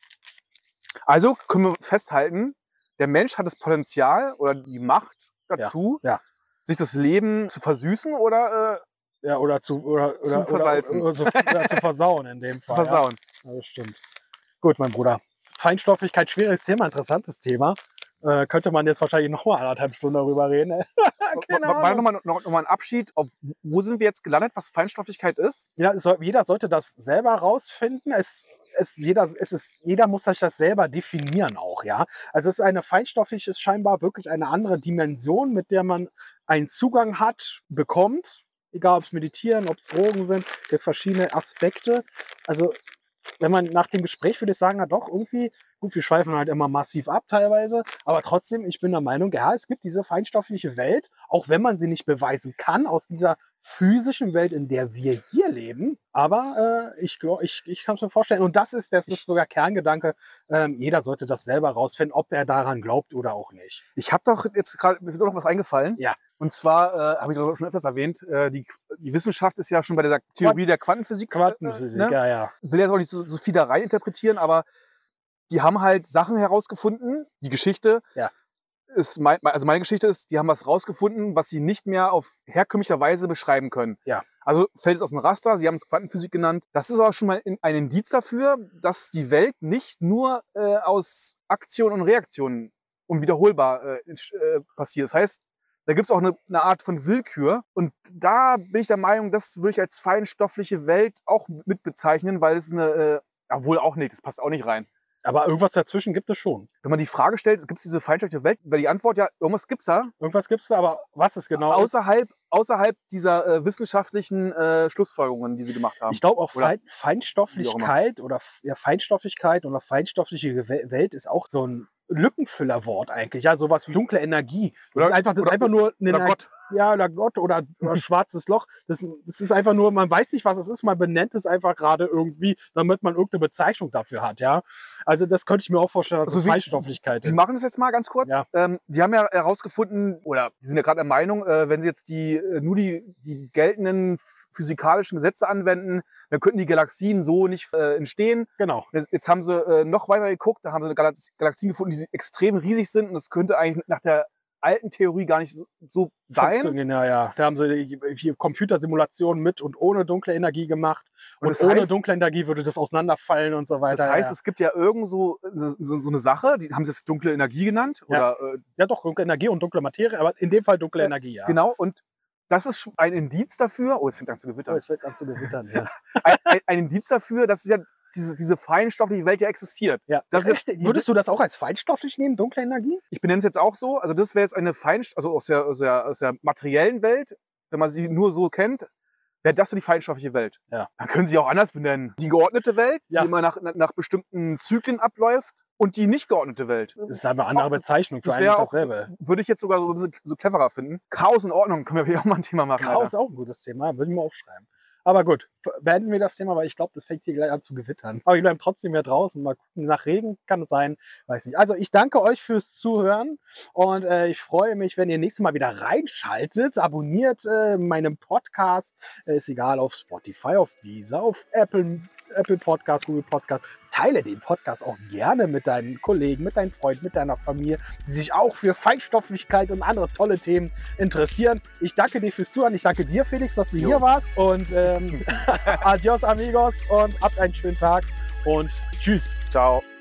Also können wir festhalten, der Mensch hat das Potenzial oder die Macht dazu, Ja, ja. sich das Leben zu versüßen oder äh, Ja, oder zu, oder, oder, Zu versalzen. Oder, oder, oder, oder zu versauen in dem zu Fall. versauen. Ja, ja, das stimmt. Gut, mein Bruder. Feinstofflichkeit, schwieriges Thema, interessantes Thema. Äh, könnte man jetzt wahrscheinlich noch mal anderthalb Stunden darüber reden. Ne? Keine War Ahnung. nochmal noch, noch mal ein Abschied. Ob, wo sind wir jetzt gelandet, was Feinstofflichkeit ist? Ja, es soll, jeder sollte das selber rausfinden. Es, es, jeder, es ist, jeder muss sich das selber definieren auch, ja. Also es ist eine feinstofflich, ist scheinbar wirklich eine andere Dimension, mit der man einen Zugang hat, bekommt. Egal, ob es Meditieren, ob es Drogen sind, gibt verschiedene Aspekte. Also wenn man nach dem Gespräch, würde ich sagen, ja doch, irgendwie, gut, wir schweifen halt immer massiv ab teilweise, aber trotzdem, ich bin der Meinung, ja, es gibt diese feinstoffliche Welt, auch wenn man sie nicht beweisen kann, aus dieser physischen Welt, in der wir hier leben, aber äh, ich, glaub- ich, ich kann es mir vorstellen, und das ist, das ist sogar Kerngedanke, ähm, jeder sollte das selber rausfinden, ob er daran glaubt oder auch nicht. Ich habe doch jetzt gerade, mir ist doch noch was eingefallen. Ja. Und zwar, äh, habe ich doch schon öfters erwähnt, äh, die, die Wissenschaft ist ja schon bei dieser Theorie der Quantenphysik. Quantenphysik, äh, ne? ja, ja. Ich will jetzt auch nicht so, so viel da rein interpretieren, aber die haben halt Sachen herausgefunden, die Geschichte. Ja. Ist mein, also meine Geschichte ist, die haben was rausgefunden, was sie nicht mehr auf herkömmlicher Weise beschreiben können. Ja. Also fällt es aus dem Raster, sie haben es Quantenphysik genannt. Das ist aber schon mal in, ein Indiz dafür, dass die Welt nicht nur äh, aus Aktion und Reaktion unwiederholbar äh, äh, passiert. Das heißt, da gibt es auch eine, eine Art von Willkür. Und da bin ich der Meinung, das würde ich als feinstoffliche Welt auch mit bezeichnen, weil es eine, äh, ja wohl auch nicht, das passt auch nicht rein. Aber irgendwas dazwischen gibt es schon. Wenn man die Frage stellt, gibt es diese feinstoffliche Welt, wäre die Antwort ja, irgendwas gibt es da. Irgendwas gibt es da, aber was es genau ist, Außerhalb, außerhalb dieser äh, wissenschaftlichen äh, Schlussfolgerungen, die sie gemacht haben. ich glaube auch Oder Fein, Feinstofflichkeit oder ja, Feinstofflichkeit oder feinstoffliche We- Welt ist auch so ein Lückenfüllerwort eigentlich. Ja, sowas wie dunkle Energie. Das Oder- ist einfach, das ist oder- einfach nur eine oder Ener- Gott. Ja, oder Gott oder, oder schwarzes Loch. Das, das ist einfach nur, man weiß nicht, was es ist, man benennt es einfach gerade irgendwie, damit man irgendeine Bezeichnung dafür hat, ja. Also das könnte ich mir auch vorstellen, dass Also es wie- Feinstofflichkeit Die ist. machen das jetzt mal ganz kurz. Ja. Ähm, die haben ja herausgefunden, oder die sind ja gerade der Meinung, äh, wenn sie jetzt die, äh, nur die, die geltenden physikalischen Gesetze anwenden, dann könnten die Galaxien so nicht äh, entstehen. Genau. Jetzt, jetzt haben sie äh, noch weiter geguckt, da haben sie eine Galax Galaxien gefunden, die extrem riesig sind und das könnte eigentlich nach der alten Theorie gar nicht so, so sein. Funktionieren, ja, ja. Da haben sie die- hier Computersimulationen mit und ohne dunkle Energie gemacht. Und Und, das ohne heißt- dunkle Energie würde das auseinanderfallen und so weiter. Das heißt, ja. es gibt ja irgend so, so, so eine Sache, die haben sie jetzt dunkle Energie genannt. Ja. Oder, äh, Ja, doch, dunkle Energie und dunkle Materie, aber in dem Fall dunkle Äh, Energie, ja. Genau, und das ist schon ein Indiz dafür, oh, jetzt fängt es an zu Oh, gewittern. es fängt an zu gewittern, ja. ein, ein, ein Indiz dafür, dass es ja diese, diese feinstoffliche Welt ja existiert. ja. Das ist Echt? Würdest du das auch als feinstofflich nehmen, dunkle Energie? Ich benenne es jetzt auch so, also das wäre jetzt eine Feinst also aus der, aus, der, aus der materiellen Welt, wenn man sie nur so kennt, wäre das die feinstoffliche Welt. Ja. Dann können sie auch anders benennen. Die geordnete Welt, Ja. die immer nach, nach bestimmten Zyklen abläuft, und die nicht geordnete Welt. Das ist einfach eine andere Bezeichnung für Das eigentlich wäre auch, dasselbe. würde ich jetzt sogar so ein bisschen so cleverer finden. Chaos und Ordnung können wir hier auch mal ein Thema machen. Chaos Alter. ist auch ein gutes Thema, würde ich mal aufschreiben. Aber gut, beenden wir das Thema, weil ich glaube, das fängt hier gleich an zu gewittern. Aber wir bleiben trotzdem hier draußen. Mal gucken, nach Regen kann es sein, weiß nicht. Also ich danke euch fürs Zuhören und äh, ich freue mich, wenn ihr nächstes Mal wieder reinschaltet. Abonniert äh, meinen Podcast, äh, ist egal, auf Spotify, auf Deezer, auf Apple, Apple Podcast, Google Podcast. Teile den Podcast auch gerne mit deinen Kollegen, mit deinen Freunden, mit deiner Familie, die sich auch für Feinstofflichkeit und andere tolle Themen interessieren. Ich danke dir fürs Zuhören. Ich danke dir, Felix, dass du Jo. hier warst. Und ähm, adios, amigos. Und habt einen schönen Tag. Und tschüss. Ciao.